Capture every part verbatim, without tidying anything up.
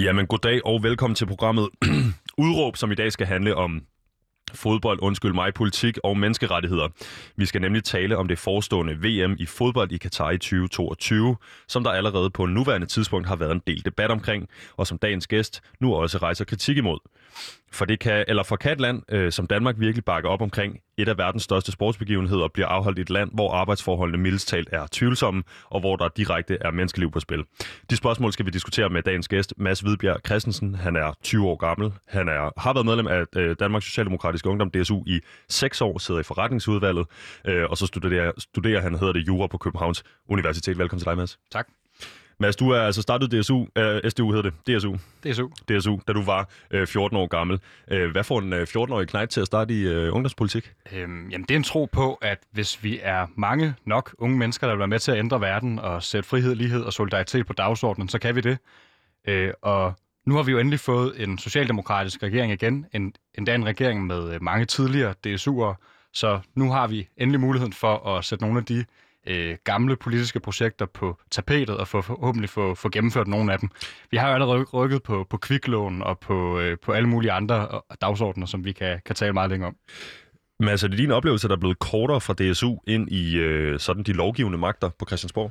Jamen, goddag og velkommen til programmet Udråb, som i dag skal handle om fodbold, undskyld mig, politik og menneskerettigheder. Vi skal nemlig tale om det forestående V M i fodbold i Katar i tyve toogtyve, som der allerede på nuværende tidspunkt har været en del debat omkring, og som dagens gæst nu også rejser kritik imod. For det kan, eller for kan et land, øh, som Danmark virkelig bakker op omkring, et af verdens største sportsbegivenheder bliver afholdt i et land, hvor arbejdsforholdene mildest talt er tvivlsomme, og hvor der direkte er menneskeliv på spil. De spørgsmål skal vi diskutere med dagens gæst, Mads Hvidbjerg Christensen. Han er tyve år gammel. Han er, har været medlem af øh, Danmarks Socialdemokratiske Ungdom, D S U, i seks år, sidder i forretningsudvalget, øh, og så studerer, studerer han, hedder det, jura på Københavns Universitet. Velkommen til dig, Mads. Tak. Mads, du er altså startet D S U, uh, S D U hedder det, D S U. D S U. D S U, da du var uh, fjorten år gammel. Uh, hvad får en uh, fjorten-årig knejt til at starte i uh, ungdomspolitik? Øhm, jamen, det er en tro på, at hvis vi er mange nok unge mennesker, der vil være med til at ændre verden og sætte frihed, lighed og solidaritet på dagsordenen, så kan vi det. Øh, og nu har vi jo endelig fået en socialdemokratisk regering igen, en, endda en regering med mange tidligere D S U'ere, så nu har vi endelig muligheden for at sætte nogle af de Øh, gamle politiske projekter på tapetet og få, forhåbentlig få, få gennemført nogle af dem. Vi har jo allerede rykket på, på kviklån og på, øh, på alle mulige andre dagsordner, som vi kan, kan tale meget længere om. Men altså, det er din oplevelse, der er blevet kortere fra D S U ind i øh, sådan de lovgivende magter på Christiansborg?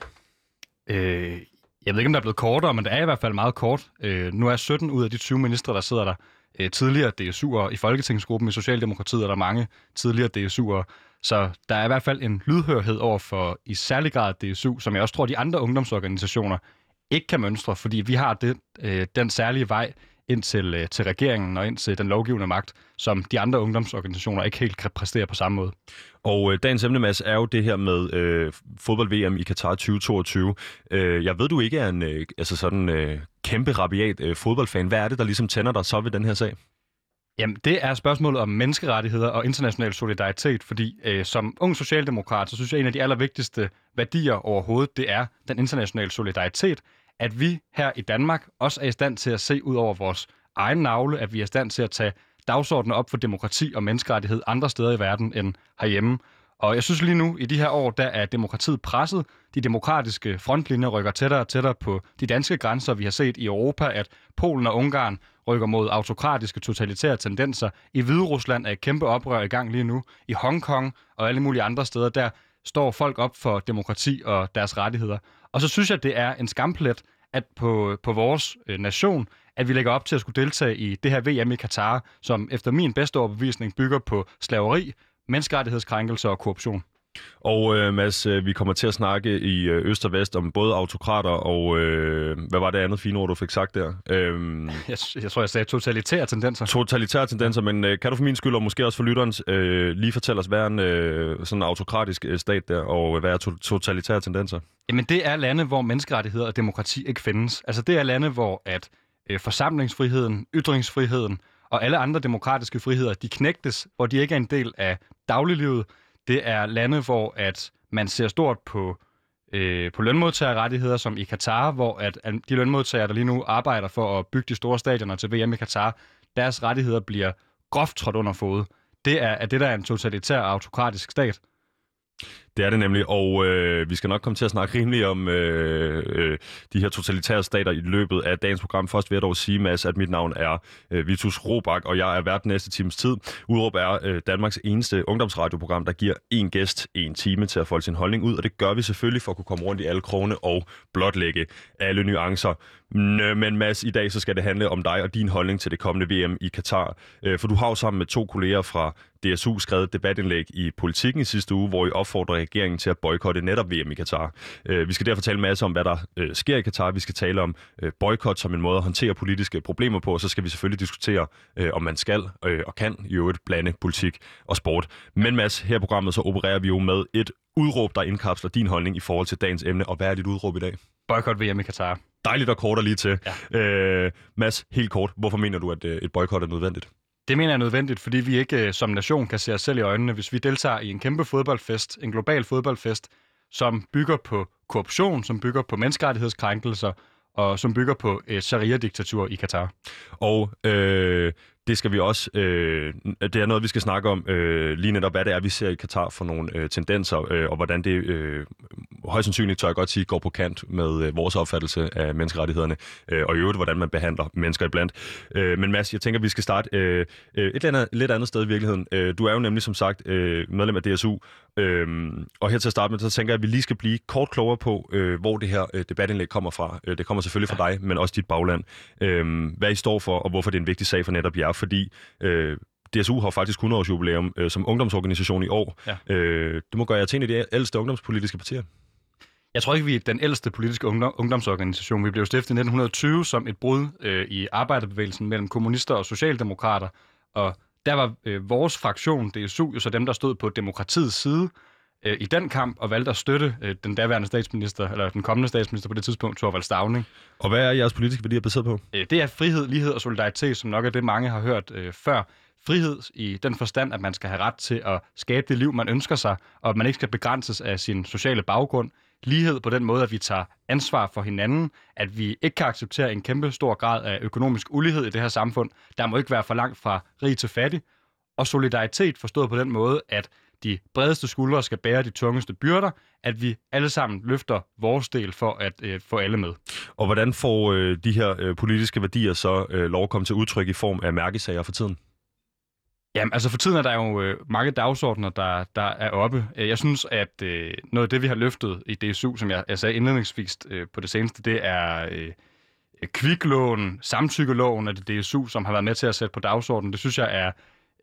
Øh, jeg ved ikke, om der er blevet kortere, men det er i hvert fald meget kort. Øh, nu er sytten ud af de tyve ministre, der sidder der, øh, tidligere D S U'ere. I Folketingsgruppen i Socialdemokratiet er der mange tidligere D S U'ere. Så der er i hvert fald en lydhørhed over for i særlig grad D S U, som jeg også tror, de andre ungdomsorganisationer ikke kan mønstre, fordi vi har det, øh, den særlige vej ind til, øh, til regeringen og ind til den lovgivende magt, som de andre ungdomsorganisationer ikke helt kan præstere på samme måde. Og øh, dagens emne, Mads, er jo det her med øh, fodbold-V M i Katar tyve toogtyve. Øh, jeg ved, du ikke er en øh, altså sådan, øh, kæmpe rabiat øh, fodboldfan. Hvad er det, der ligesom tænder dig så ved den her sag? Jamen, det er spørgsmålet om menneskerettigheder og international solidaritet, fordi øh, som ung socialdemokrat, så synes jeg, at en af de allervigtigste værdier overhovedet, det er den internationale solidaritet, at vi her i Danmark også er i stand til at se ud over vores egen navle, at vi er i stand til at tage dagsordenen op for demokrati og menneskerettighed andre steder i verden end herhjemme. Og jeg synes lige nu, i de her år, der er demokratiet presset. De demokratiske frontlinjer rykker tættere og tættere på de danske grænser. Vi har set i Europa, at Polen og Ungarn rykker mod autokratiske, totalitære tendenser. I Hviderusland er et kæmpe oprør i gang lige nu. I Hongkong og alle mulige andre steder, der står folk op for demokrati og deres rettigheder. Og så synes jeg, det er en skamplet, at på, på vores øh, nation, at vi lægger op til at skulle deltage i det her V M i Katar, som efter min bedste overbevisning bygger på slaveri, menneskerettighedskrænkelser og korruption. Og øh, Mads, øh, vi kommer til at snakke i øh, øst og vest om både autokrater og, øh, hvad var det andet fine ord, du fik sagt der? Øhm, jeg, jeg tror, jeg sagde totalitære tendenser. Totalitære tendenser, men øh, kan du for min skyld, og måske også for lytterens, øh, lige fortælle os, hvad er en øh, sådan autokratisk øh, stat der, og hvad er to- totalitære tendenser? Jamen, det er lande, hvor menneskerettigheder og demokrati ikke findes. Altså, det er lande, hvor at øh, forsamlingsfriheden, ytringsfriheden og alle andre demokratiske friheder, de knægtes, hvor de ikke er en del af dagliglivet. Det er lande, hvor at man ser stort på, øh, på lønmodtagerrettigheder, som i Katar, hvor at, at de lønmodtagere, der lige nu arbejder for at bygge de store stadioner til V M i Katar, deres rettigheder bliver groft trådt under fod. Det er, er det, der er en totalitær autokratisk stat. Det er det nemlig, og øh, vi skal nok komme til at snakke rimelig om øh, øh, de her totalitære stater i løbet af dagens program. Først vil jeg dog sige, Mads, at mit navn er øh, Vitus Robak, og jeg er vært næste times tid. Udråb er øh, Danmarks eneste ungdomsradioprogram, der giver en gæst en time til at folde sin holdning ud, og det gør vi selvfølgelig for at kunne komme rundt i alle krogene og blotlægge alle nuancer. Men Mads, i dag så skal det handle om dig og din holdning til det kommende V M i Katar. For du har jo sammen med to kolleger fra D S U skrevet et debatindlæg i Politikken i sidste uge, hvor I opfordrer regeringen til at boykotte netop V M i Katar. Vi skal derfor tale en masse om, hvad der sker i Katar. Vi skal tale om boykot som en måde at håndtere politiske problemer på, og så skal vi selvfølgelig diskutere, om man skal og kan i øvrigt blande politik og sport. Men Mads, her i programmet så opererer vi jo med et udråb, der indkapsler din holdning i forhold til dagens emne. Og hvad er dit udråb i dag? Boykot V M i Katar. Dejligt og kort og lige til. Ja. Øh, Mads, helt kort, hvorfor mener du, at et boykot er nødvendigt? Det mener jeg er nødvendigt, fordi vi ikke som nation kan se os selv i øjnene, hvis vi deltager i en kæmpe fodboldfest, en global fodboldfest, som bygger på korruption, som bygger på menneskerettighedskrænkelser, og som bygger på et sharia-diktatur i Katar. Og øh, det skal vi også, øh, det er noget, vi skal snakke om, øh, lige netop, hvad det er, vi ser i Katar for nogle øh, tendenser, øh, og hvordan det øh, højst sandsynligt, tør jeg godt sige, går på kant med øh, vores opfattelse af menneskerettighederne, øh, og i øvrigt, hvordan man behandler mennesker iblandt. Øh, men Mads, jeg tænker, vi skal starte øh, et andet, lidt andet sted i virkeligheden. Øh, du er jo nemlig, som sagt, øh, medlem af D S U, øh, og her til at starte med, så tænker jeg, at vi lige skal blive kort klogere på, øh, hvor det her øh, debatindlæg kommer fra. Øh, det kommer selvfølgelig fra dig, men også dit bagland. Øh, hvad I står for, og hvorfor det er en vigtig sag for netop jer, fordi øh, D S U har faktisk hundrede års jubilæum øh, som ungdomsorganisation i år. Ja. Øh, det må gøre jer til en af de ældste ungdomspolitiske partier. Jeg tror ikke, vi er den ældste politiske ungdom, ungdomsorganisation. Vi blev stiftet i nitten tyve som et brud øh, i arbejderbevægelsen mellem kommunister og socialdemokrater. Og der var øh, vores fraktion, D S U, jo så dem, der stod på demokratiets side øh, i den kamp og valgte at støtte øh, den daværende statsminister, eller den kommende statsminister på det tidspunkt, Thorvald Stauning. Og hvad er jeres politiske værdier baseret på? Øh, det er frihed, lighed og solidaritet, som nok er det, mange har hørt øh, før. Frihed i den forstand, at man skal have ret til at skabe det liv, man ønsker sig, og at man ikke skal begrænses af sin sociale baggrund. Lighed på den måde, at vi tager ansvar for hinanden, at vi ikke kan acceptere en kæmpe stor grad af økonomisk ulighed i det her samfund. Der må ikke være for langt fra rig til fattig. Og solidaritet forstået på den måde, at de bredeste skuldre skal bære de tungeste byrder, at vi alle sammen løfter vores del for at øh, få alle med. Og hvordan får øh, de her øh, politiske værdier så øh, lov at komme til udtryk i form af mærkesager for tiden? Jamen, altså for tiden er der jo øh, mange dagsordner, der, der er oppe. Jeg synes, at øh, noget af det, vi har løftet i D S U, som jeg, jeg sagde indledningsvis øh, på det seneste, det er øh, kviklån, samtykkeloven af det D S U, som har været med til at sætte på dagsordenen. Det synes jeg er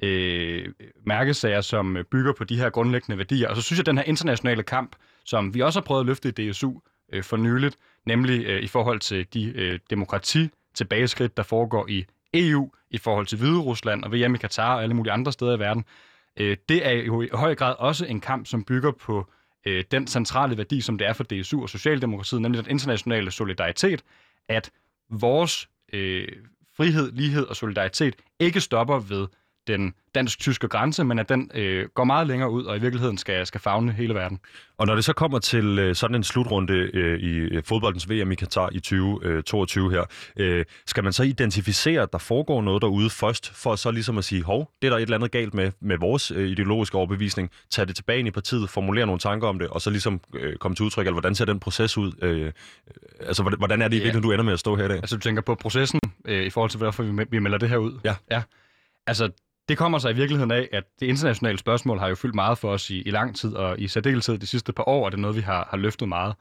øh, mærkesager, som bygger på de her grundlæggende værdier. Og så synes jeg, at den her internationale kamp, som vi også har prøvet at løfte i D S U øh, for nyligt, nemlig øh, i forhold til de øh, demokrati-tilbageskridt, der foregår i E U, i forhold til Hvide Rusland og V M i Katar og alle mulige andre steder i verden. Øh, det er jo i høj grad også en kamp, som bygger på øh, den centrale værdi, som det er for D S U og Socialdemokratiet, nemlig den internationale solidaritet, at vores øh, frihed, lighed og solidaritet ikke stopper ved den dansk-tyske grænse, men at den øh, går meget længere ud og i virkeligheden skal, skal favne hele verden. Og når det så kommer til øh, sådan en slutrunde øh, i fodboldens V M i Katar i tyve toogtyve her, øh, skal man så identificere, at der foregår noget derude først, for så ligesom at sige, hov, det er der et eller andet galt med, med vores øh, ideologiske overbevisning, tage det tilbage ind i partiet, formulere nogle tanker om det, og så ligesom øh, komme til udtryk, eller hvordan ser den proces ud? Øh, altså, hvordan er det i virkeligheden, du ender med at stå her i dag? Altså, du tænker på processen øh, i forhold til, hvorfor vi, vi melder det her ud? Ja. Ja. Altså, det kommer sig i virkeligheden af, at det internationale spørgsmål har jo fyldt meget for os i, i lang tid, og i særdeleshed de sidste par år, og det er noget, vi har, har løftet meget.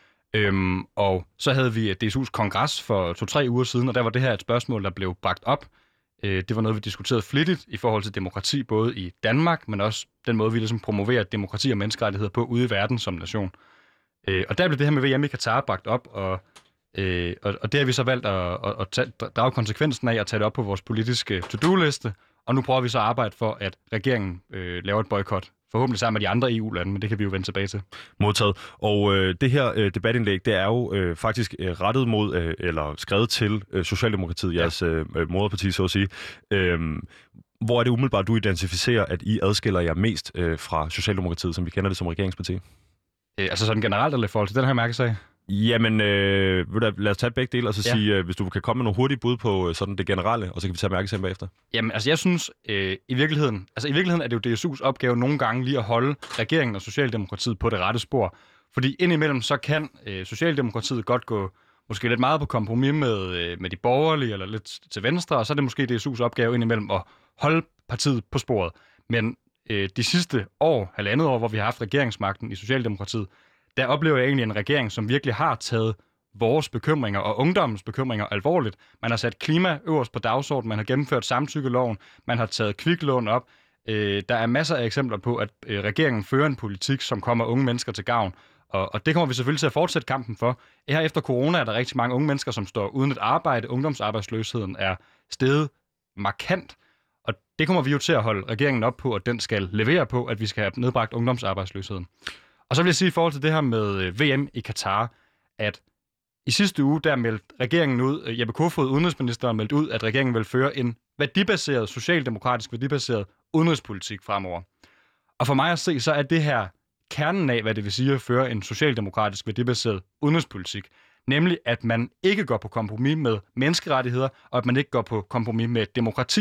Øhm, og så havde vi D S U's kongres for to-tre uger siden, og der var det her et spørgsmål, der blev bragt op. Øh, det var noget, vi diskuterede flittigt i forhold til demokrati, både i Danmark, men også den måde, vi ligesom promoverer demokrati og menneskerettigheder på ude i verden som nation. Øh, og der blev det her med V M i Katar bragt op, og, øh, og, og det har vi så valgt at, at, at tage, drage konsekvensen af at tage det op på vores politiske to-do-liste. Og nu prøver vi så at arbejde for, at regeringen øh, laver et boykot. Forhåbentlig sammen med de andre E U-lande, men det kan vi jo vende tilbage til. Modtaget. Og øh, det her øh, debatindlæg, det er jo øh, faktisk øh, rettet mod, øh, eller skrevet til øh, Socialdemokratiet, ja. jeres øh, moderparti, så at sige. Øh, hvor er det umiddelbart, du identificerer, at I adskiller jer mest øh, fra Socialdemokratiet, som vi kender det som regeringsparti? Øh, altså sådan generelt, eller i forhold til den her mærkesag? Jamen, øh, lad os tage begge dele, og så ja. sige, øh, hvis du kan komme med nogle hurtige bud på øh, sådan det generelle, og så kan vi tage mærkesagen bagefter. Jamen, altså jeg synes, øh, i virkeligheden, altså i virkeligheden er det jo D S U's opgave nogle gange lige at holde regeringen og Socialdemokratiet på det rette spor. Fordi indimellem så kan øh, Socialdemokratiet godt gå måske lidt meget på kompromis med, øh, med de borgerlige, eller lidt til venstre, og så er det måske D S U's opgave indimellem at holde partiet på sporet. Men øh, de sidste år, halvandet år, hvor vi har haft regeringsmagten i Socialdemokratiet, der oplever jeg egentlig en regering, som virkelig har taget vores bekymringer og ungdommens bekymringer alvorligt. Man har sat klima øverst på dagsordenen, man har gennemført samtykkeloven, man har taget kviklån op. Øh, der er masser af eksempler på, at øh, regeringen fører en politik, som kommer unge mennesker til gavn. Og, og det kommer vi selvfølgelig til at fortsætte kampen for. Her efter corona er der rigtig mange unge mennesker, som står uden et arbejde. Ungdomsarbejdsløsheden er steget markant. Og det kommer vi jo til at holde regeringen op på, at den skal levere på, at vi skal have nedbragt ungdomsarbejdsløsheden. Og så vil jeg sige i forhold til det her med V M i Katar, at i sidste uge, der meldte regeringen ud, Jeppe Kofod, udenrigsministeren, meldte ud, at regeringen vil føre en værdibaseret, socialdemokratisk værdibaseret udenrigspolitik fremover. Og for mig at se, så er det her kernen af, hvad det vil sige at føre en socialdemokratisk værdibaseret udenrigspolitik. Nemlig, at man ikke går på kompromis med menneskerettigheder, og at man ikke går på kompromis med demokrati.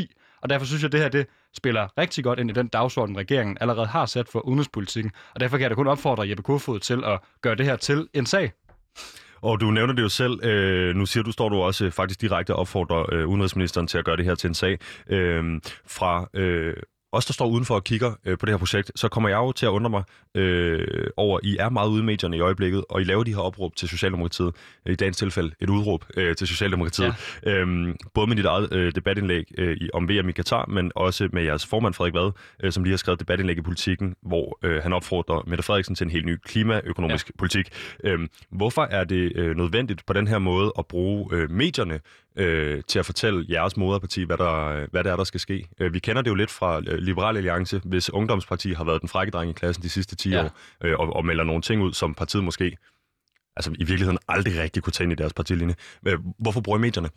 Og derfor synes jeg, at det her det spiller rigtig godt ind i den dagsorden, regeringen allerede har sat for udenrigspolitikken. Og derfor kan jeg da kun opfordre Jeppe Kofod til at gøre det her til en sag. Og du nævner det jo selv. Øh, nu siger du, står du også faktisk direkte opfordrer øh, udenrigsministeren til at gøre det her til en sag. Øh, fra øh, os, der står udenfor og kigger øh, på det her projekt, så kommer jeg jo til at undre mig øh, over, I er meget ude i medierne i øjeblikket, og I laver de her opråb til Socialdemokratiet. I dagens tilfælde et udråb øh, til Socialdemokratiet. Ja. Øh, både med dit eget øh, debatindlæg øh, om V M i Katar, men også med jeres formand Frederik Vad, øh, som lige har skrevet debatindlæg i Politikken, hvor øh, han opfordrer Mette Frederiksen til en helt ny klimaøkonomisk ja. politik. Øh, hvorfor er det øh, nødvendigt på den her måde at bruge øh, medierne øh, til at fortælle jeres moderparti, hvad, der, hvad det er, der skal ske? Øh, vi kender det jo lidt fra øh, Liberal Alliance, hvis ungdomsparti har været den frække dreng i klassen de sidste ti ja. år, øh, og, og melder nogle ting ud, som partiet måske altså i virkeligheden aldrig rigtig kunne tage ind i deres partilinje. Øh, hvorfor bruger I medierne?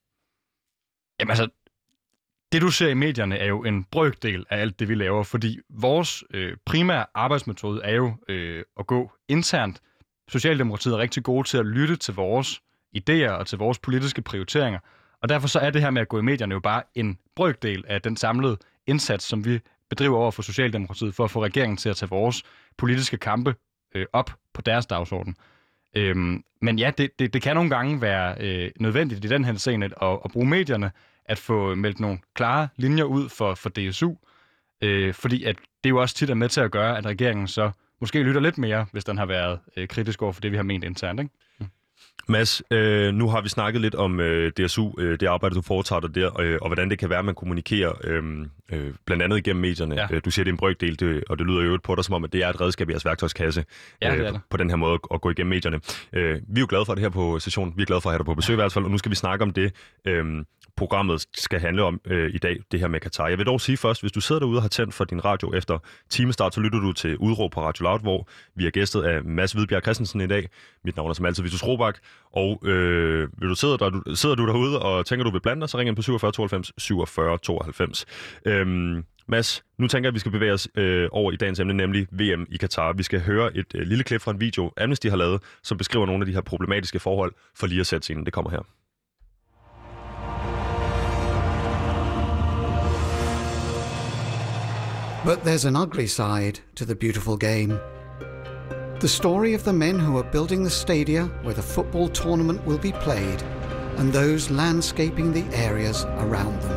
Jamen altså, det du ser i medierne er jo en brøkdel af alt det, vi laver, fordi vores øh, primære arbejdsmetode er jo øh, at gå internt. Socialdemokratiet er rigtig gode til at lytte til vores idéer og til vores politiske prioriteringer, og derfor så er det her med at gå i medierne jo bare en brøkdel af den samlede indsats, som vi bedriver over for Socialdemokratiet for at få regeringen til at tage vores politiske kampe øh, op på deres dagsorden. Øhm, men ja, det, det, det kan nogle gange være øh, nødvendigt i den her scene at, at bruge medierne, at få meldt nogle klare linjer ud for, for D S U, øh, fordi at det jo også tit er med til at gøre, at regeringen så måske lytter lidt mere, hvis den har været øh, kritisk over for det, vi har ment internt, ikke? Mads, øh, nu har vi snakket lidt om øh, D S U, øh, det arbejde, du foretager dig der, øh, og hvordan det kan være, at man kommunikerer øh, øh, blandt andet igennem medierne. Ja. Du siger, det er en brøkdel, det, og det lyder jo på dig som om, at det er et redskab i jeres værktøjskasse ja, øh, på den her måde at gå igennem medierne. Øh, vi er jo glade for det her på sessionen, vi er glade for at have dig på besøg i hvert fald, og nu skal vi snakke om det, øh, programmet skal handle om øh, i dag, det her med Katar. Jeg vil dog sige først, hvis du sidder derude og har tændt for din radio efter timestart, så lytter du til Udråb på Radio Loud, hvor vi er gæstet af Mads Hvidbjerg Christensen i dag. Mit navn er som altid Vitus Robak, og øh, vil du sidder, der, du, sidder du derude og tænker, du vil blande dig, så ring ind på syvogfyrre tooghalvfems syvogfyrre tooghalvfems. Øhm, Mads, nu tænker jeg, at vi skal bevæge os øh, over i dagens emne, nemlig V M i Katar. Vi skal høre et øh, lille klip fra en video, Amnesty har lavet, som beskriver nogle af de her problematiske forhold for lige at sætte scenen. Det kommer her. But there's an ugly side to the beautiful game. The story of the men who are building the stadia where the football tournament will be played, and those landscaping the areas around them.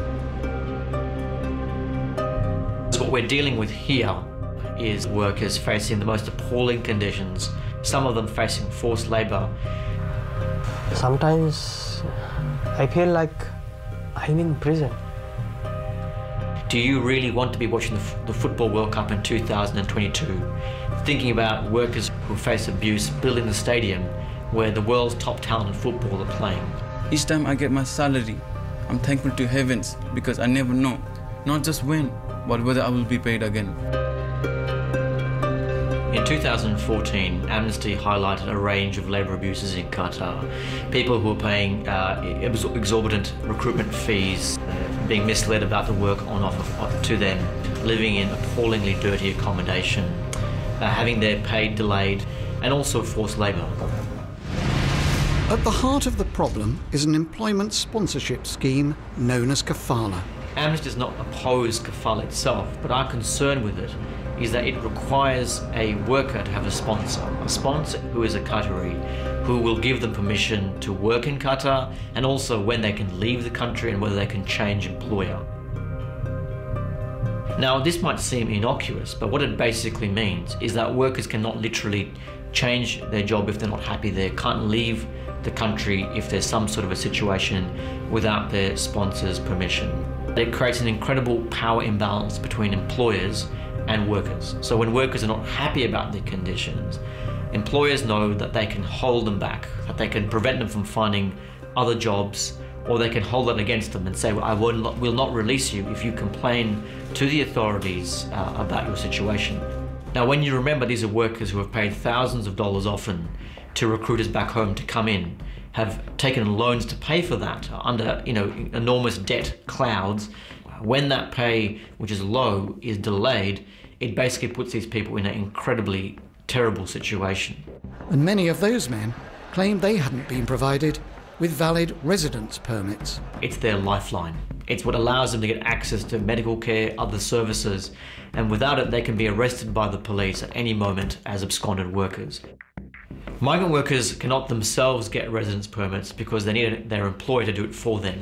So what we're dealing with here is workers facing the most appalling conditions, some of them facing forced labor. Sometimes I feel like I'm in prison. Do you really want to be watching the, f- the Football World Cup in two thousand twenty-two, thinking about workers who face abuse building the stadium where the world's top talent in football are playing? Each time I get my salary, I'm thankful to heavens because I never know, not just when, but whether I will be paid again. In two thousand fourteen, Amnesty highlighted a range of labour abuses in Qatar. People who were paying uh, exorbitant recruitment fees, uh, being misled about the work on offer to them, living in appallingly dirty accommodation, uh, having their pay delayed, and also forced labour. At the heart of the problem is an employment sponsorship scheme known as kafala. Amnesty does not oppose kafala itself, but our concern with it is that it requires a worker to have a sponsor, a sponsor who is a Qatari, who will give them permission to work in Qatar and also when they can leave the country and whether they can change employer. Now, this might seem innocuous, but what it basically means is that workers cannot literally change their job if they're not happy there, can't leave the country if there's some sort of a situation without their sponsor's permission. It creates an incredible power imbalance between employers and workers. So when workers are not happy about their conditions, employers know that they can hold them back, that they can prevent them from finding other jobs, or they can hold that against them and say, well, I will not, will not release you if you complain to the authorities uh, about your situation. Now, when you remember these are workers who have paid thousands of dollars often to recruiters back home to come in, have taken loans to pay for that under, you know, enormous debt clouds, when that pay, which is low, is delayed, it basically puts these people in an incredibly terrible situation. And many of those men claimed they hadn't been provided with valid residence permits. It's their lifeline. It's what allows them to get access to medical care, other services, and without it, they can be arrested by the police at any moment as absconded workers. Migrant workers cannot themselves get residence permits because they need their employer to do it for them.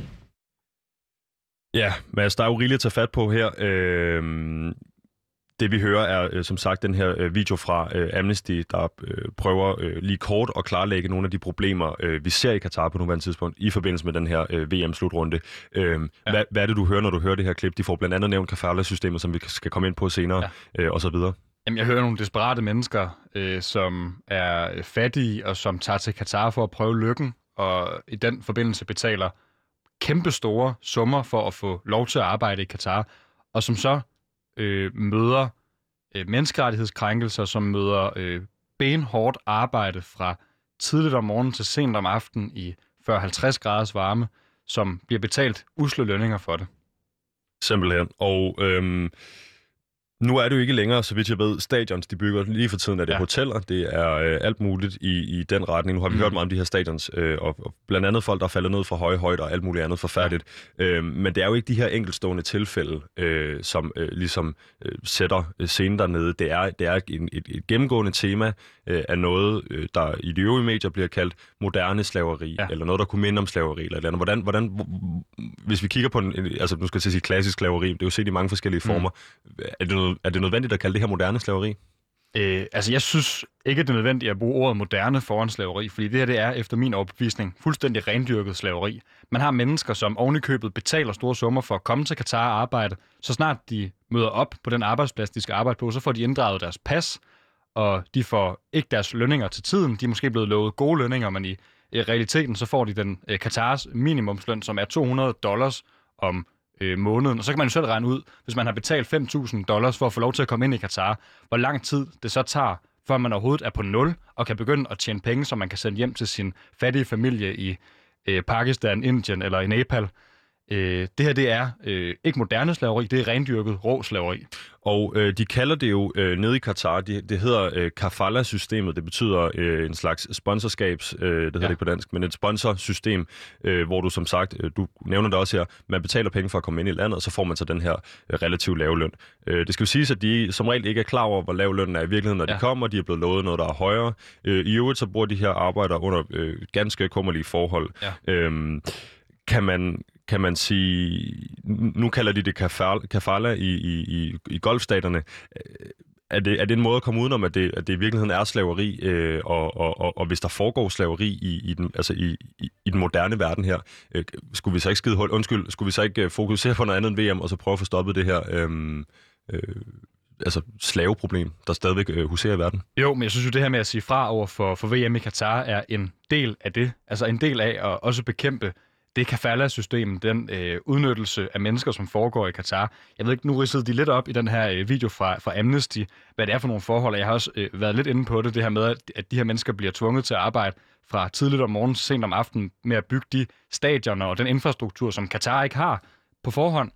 Ja, Mads, der er jo rigeligt at tage fat på her. Øh... Det vi hører er øh, som sagt den her øh, video fra øh, Amnesty, der øh, prøver øh, lige kort at klarlægge nogle af de problemer, øh, vi ser i Katar på nuværende tidspunkt i forbindelse med den her øh, V M-slutrunde. Øh, ja. hvad, hvad er det, du hører, når du hører det her klip? De får blandt andet nævnt kafala-systemet, som vi skal komme ind på senere, ja. øh, og så videre. Jamen, jeg hører nogle desperate mennesker, øh, som er fattige og som tager til Katar for at prøve lykken, og i den forbindelse betaler kæmpe store summer for at få lov til at arbejde i Katar, og som så Øh, møder øh, menneskerettighedskrænkelser, som møder øh, benhårdt arbejde fra tidligt om morgenen til sent om aftenen i fyrre til halvtreds graders varme, som bliver betalt usle lønninger for det. Simpelthen. Og øhm, nu er det jo ikke længere, så vidt jeg ved, stadions, de bygger lige for tiden, er det ja. hoteller, det er øh, alt muligt i, i den retning. Nu har vi mm. hørt meget om de her stadions, øh, og, og blandt andet folk, der er faldet ned fra høje højder og alt muligt andet forfærdeligt. Ja. Øh, men det er jo ikke de her enkeltstående tilfælde, øh, som øh, ligesom øh, sætter scenen dernede. Det er, det er en, et, et gennemgående tema øh, af noget, øh, der i de øvrige medier bliver kaldt moderne slaveri, ja. eller noget, der kunne minde om slaveri, eller et eller andet. Hvordan, hvordan, hvis vi kigger på en, altså nu skal jeg sige klassisk slaveri, det er jo set i mange forskellige former. Mm. Er det noget Er det nødvendigt at kalde det her moderne slaveri? Øh, altså, jeg synes ikke, det er nødvendigt at bruge ordet moderne foran slaveri, fordi det her det er, efter min overbevisning, fuldstændig rendyrket slaveri. Man har mennesker, som ovenikøbet betaler store summer for at komme til Katar og arbejde. Så snart de møder op på den arbejdsplads, de skal arbejde på, så får de inddraget deres pas, og de får ikke deres lønninger til tiden. De er måske blevet lovet gode lønninger, men i, i realiteten så får de den eh, Katars minimumsløn, som er to hundrede dollars om Øh, måneden. Og så kan man jo selv regne ud, hvis man har betalt fem tusind dollars for at få lov til at komme ind i Katar, hvor lang tid det så tager, før man overhovedet er på nul og kan begynde at tjene penge, som man kan sende hjem til sin fattige familie i øh, Pakistan, Indien eller i Nepal. Øh, det her, det er øh, ikke moderne slaveri, det er rendyrket rå slaveri. Og øh, de kalder det jo øh, nede i Katar, de, det hedder øh, kafala-systemet. Det betyder øh, en slags sponsorskabs, øh, det hedder ja. det ikke på dansk, men et sponsorsystem, øh, hvor du som sagt, øh, du nævner det også her, man betaler penge for at komme ind i landet, og så får man så den her øh, relativt lave løn. Øh, det skal jo siges, at de som regel ikke er klar over, hvor lav lønnen er i virkeligheden, når ja. de kommer. De er blevet lovet noget, der er højere. Øh, I øvrigt så bor de her arbejdere under øh, ganske kummerlige forhold. Ja. Øh, kan man... kan man sige, nu kalder de det kafala i, i, i golfstaterne. Er det, er det en måde at komme udenom, at det, at det i virkeligheden er slaveri, øh, og, og, og, og hvis der foregår slaveri i, i, den, altså i, i, i den moderne verden her, øh, skulle vi så ikke skide hold, undskyld, skulle vi så ikke fokusere på noget andet end V M, og så prøve at få stoppet det her øh, øh, altså slaveproblem, der stadigvæk øh, huserer i verden? Jo, men jeg synes jo, det her med at sige fra over for, for V M i Katar er en del af det, altså en del af at også bekæmpe det kafala-system, den øh, udnyttelse af mennesker, som foregår i Katar. Jeg ved ikke, nu ridsede de lidt op i den her øh, video fra, fra Amnesty, hvad det er for nogle forhold, og jeg har også øh, været lidt inde på det, det her med, at, at de her mennesker bliver tvunget til at arbejde fra tidligt om morgenen, sent om aftenen, med at bygge de stadioner og den infrastruktur, som Katar ikke har på forhånd.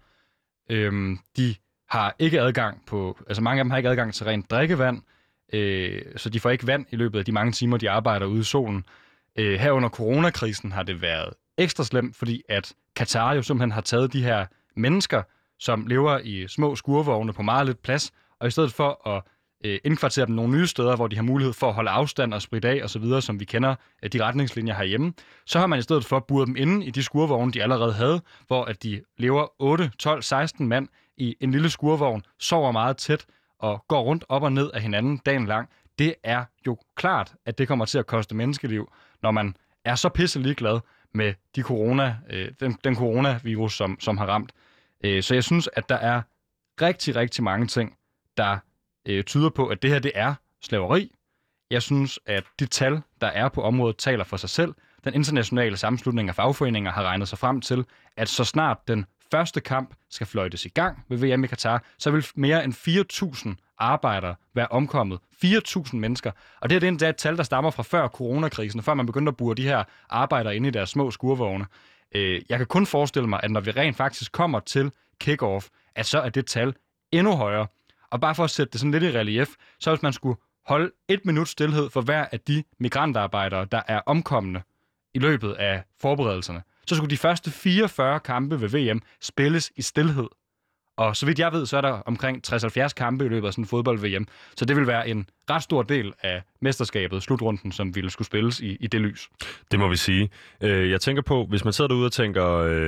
Øhm, de har ikke adgang på, altså mange af dem har ikke adgang til rent drikkevand, øh, så de får ikke vand i løbet af de mange timer, de arbejder ude i solen. Øh, her under coronakrisen har det været ekstra slemt, fordi at Katar jo simpelthen har taget de her mennesker, som lever i små skurvogne på meget lidt plads, og i stedet for at øh, indkvartere dem nogle nye steder, hvor de har mulighed for at holde afstand og spritte af osv., som vi kender øh, de retningslinjer herhjemme, så har man i stedet for buret dem inde i de skurvogne, de allerede havde, hvor at de lever otte, tolv, seksten mand i en lille skurvogn, sover meget tæt og går rundt op og ned af hinanden dagen lang. Det er jo klart, at det kommer til at koste menneskeliv, når man er så pisse ligeglad med de corona, øh, den, den coronavirus, som, som har ramt. Øh, så jeg synes, at der er rigtig, rigtig mange ting, der øh, tyder på, at det her det er slaveri. Jeg synes, at de tal, der er på området, taler for sig selv. Den internationale sammenslutning af fagforeninger har regnet sig frem til, at så snart den første kamp skal fløjtes i gang ved V M i Katar, så vil mere end fire tusind arbejdere være omkommet. fire tusind mennesker. Og det her det er endda et tal, der stammer fra før coronakrisen, før man begyndte at bure de her arbejdere inde i deres små skurvogne. Jeg kan kun forestille mig, at når vi rent faktisk kommer til kick-off, at så er det tal endnu højere. Og bare for at sætte det sådan lidt i relief, så hvis man skulle holde et minut stillhed for hver af de migrantarbejdere, der er omkomne i løbet af forberedelserne, så skulle de første fireogfyrre kampe ved V M spilles i stilhed. Og så vidt jeg ved, så er der omkring tres til halvfjerds kampe i løbet af sådan en fodbold-V M. Så det vil være en ret stor del af mesterskabet, slutrunden, som ville skulle spilles i, i det lys. Det må vi sige. Jeg tænker på, hvis man sidder derude og tænker,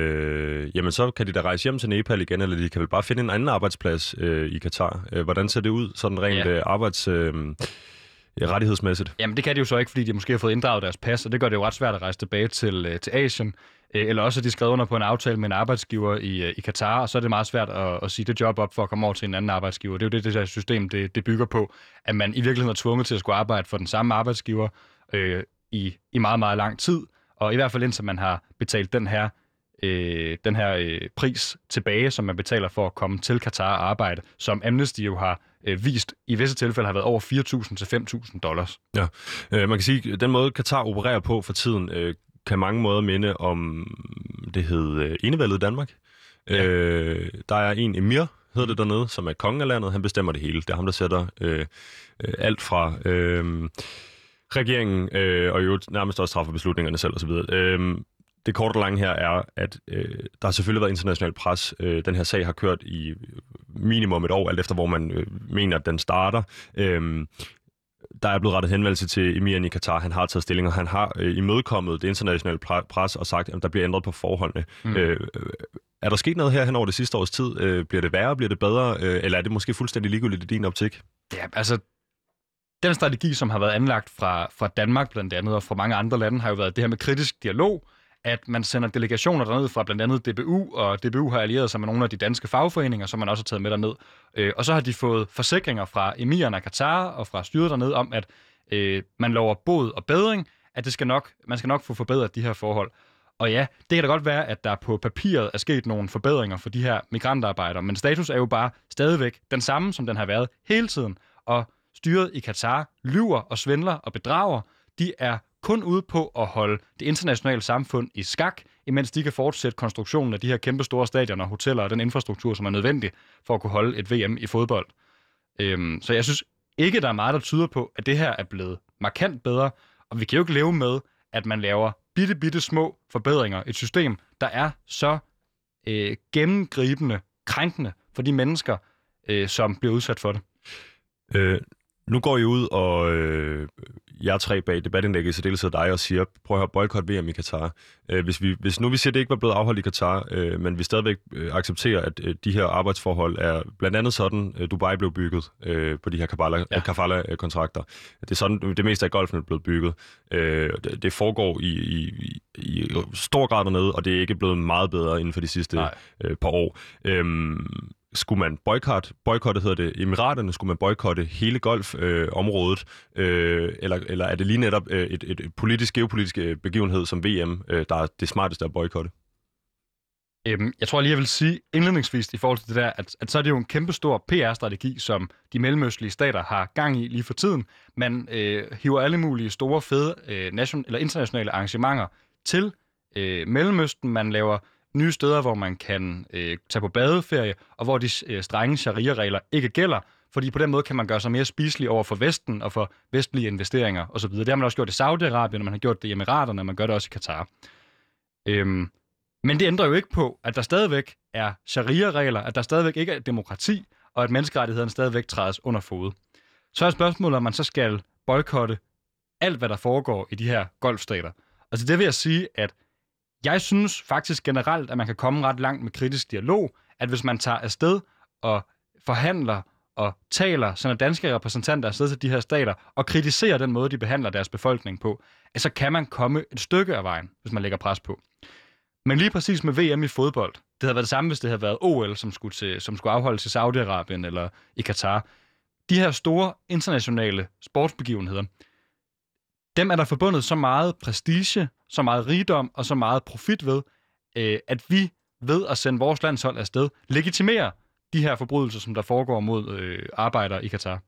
øh, jamen så kan de da rejse hjem til Nepal igen, eller de kan vel bare finde en anden arbejdsplads øh, i Katar. Hvordan ser det ud, sådan rent ja. arbejds... Øh, rettighedsmæssigt? Jamen det kan de jo så ikke, fordi de måske har fået inddraget deres pas, og det gør det jo ret svært at rejse tilbage til, til Asien. Eller også er de skrevet under på en aftale med en arbejdsgiver i, i Katar, og så er det meget svært at, at sige det job op for at komme over til en anden arbejdsgiver. Det er jo det, det her system det, det bygger på, at man i virkeligheden er tvunget til at skulle arbejde for den samme arbejdsgiver øh, i, i meget, meget lang tid, og i hvert fald indtil man har betalt den her, øh, den her øh, pris tilbage, som man betaler for at komme til Katar og arbejde, som Amnesty jo har øh, vist i visse tilfælde har været over fire tusind til fem tusind dollars. Ja, øh, man kan sige, at den måde Katar opererer på for tiden, øh, kan mange måder minde om, det hed øh, enevældet i Danmark. Ja. Øh, der er en emir, hedder det dernede, som er kongen af landet. Han bestemmer det hele. Det er ham, der sætter øh, øh, alt fra øh, regeringen, øh, og jo nærmest også træffer beslutningerne selv osv. Øh, det korte og lange her er, at øh, der har selvfølgelig været international pres. Øh, den her sag har kørt i minimum et år, alt efter hvor man øh, mener, at den starter. Øh, Der er blevet rettet henvendelse til emiren i Katar. Han har taget stilling, og han har øh, imødekommet det internationale pres og sagt, at der bliver ændret på forholdene. Mm. Øh, er der sket noget her hen over det sidste års tid? Øh, bliver det værre, bliver det bedre, øh, eller er det måske fuldstændig ligegyldigt i din optik? Ja, altså, den strategi, som har været anlagt fra, fra Danmark blandt andet, og fra mange andre lande, har jo været det her med kritisk dialog, at man sender delegationer derned fra blandt andet D B U, og D B U har allieret sig med nogle af de danske fagforeninger, som man også har taget med derned. Øh, og så har de fået forsikringer fra emiren af Katar og fra styret derned om, at øh, man lover bod og bedring, at det skal nok, man skal nok få forbedret de her forhold. Og ja, det kan da godt være, at der på papiret er sket nogle forbedringer for de her migrantarbejdere, men status er jo bare stadigvæk den samme, som den har været hele tiden. Og styret i Katar lyver og svindler og bedrager. De er kun ude på at holde det internationale samfund i skak, imens de kan fortsætte konstruktionen af de her kæmpe store stadioner, hoteller og den infrastruktur, som er nødvendig for at kunne holde et V M i fodbold. Øhm, så jeg synes ikke, der er meget, der tyder på, at det her er blevet markant bedre, og vi kan jo ikke leve med, at man laver bitte, bitte små forbedringer. Et system, der er så øh, gennemgribende, krænkende for de mennesker, øh, som bliver udsat for det. Øh, nu går I ud og... Øh jeg er tre bag debatindlægget, så det er dig og siger, prøv at høre, boykot V M i Katar. Øh, hvis, vi, hvis nu vi siger, at det ikke var blevet afholdt i Katar, øh, men vi stadigvæk øh, accepterer, at øh, de her arbejdsforhold er blandt andet sådan, øh, Dubai blev bygget øh, på de her ja. Kafala-kontrakter. Det er sådan, det meste af golfen er blevet bygget. Øh, det, det foregår i, i, i stor grad dernede, og det er ikke blevet meget bedre inden for de sidste øh, par år. Øh, Skulle man boykotte, boykotte hedder det, Emiraterne, skulle man boykotte hele golfområdet, øh, øh, eller, eller er det lige netop øh, et, et politisk, geopolitisk begivenhed som V M, øh, der er det smarteste at boykotte? Øhm, jeg tror lige, jeg vil sige indledningsvis i forhold til det der, at, at så er det jo en kæmpestor P R-strategi, som de mellemøstlige stater har gang i lige for tiden. Man øh, hiver alle mulige store, fede øh, nation- eller internationale arrangementer til øh, Mellemøsten. Man laver nye steder, hvor man kan øh, tage på badeferie, og hvor de øh, strenge sharia-regler ikke gælder, fordi på den måde kan man gøre sig mere spiselig over for Vesten og for vestlige investeringer osv. Det har man også gjort i Saudi-Arabien, og man har gjort det i Emiraterne, og man gør det også i Katar. Øhm, men det ændrer jo ikke på, at der stadigvæk er sharia-regler, at der stadigvæk ikke er demokrati, og at menneskerettighederne stadigvæk trædes under fod. Så er spørgsmålet, om man så skal boykotte alt, hvad der foregår i de her golfstater. Altså det vil jeg sige, at jeg synes faktisk generelt, at man kan komme ret langt med kritisk dialog, at hvis man tager afsted og forhandler og taler, sådan at danske repræsentanter afsted til de her stater, og kritiserer den måde, de behandler deres befolkning på, så kan man komme et stykke af vejen, hvis man lægger pres på. Men lige præcis med V M i fodbold, det havde været det samme, hvis det havde været O L, som skulle, til, som skulle afholdes i Saudi-Arabien eller i Katar. De her store internationale sportsbegivenheder, dem er der forbundet så meget prestige, så meget rigdom og så meget profit ved, øh, at vi ved at sende vores landshold afsted legitimerer de her forbrydelser, som der foregår mod øh, arbejdere i Katar.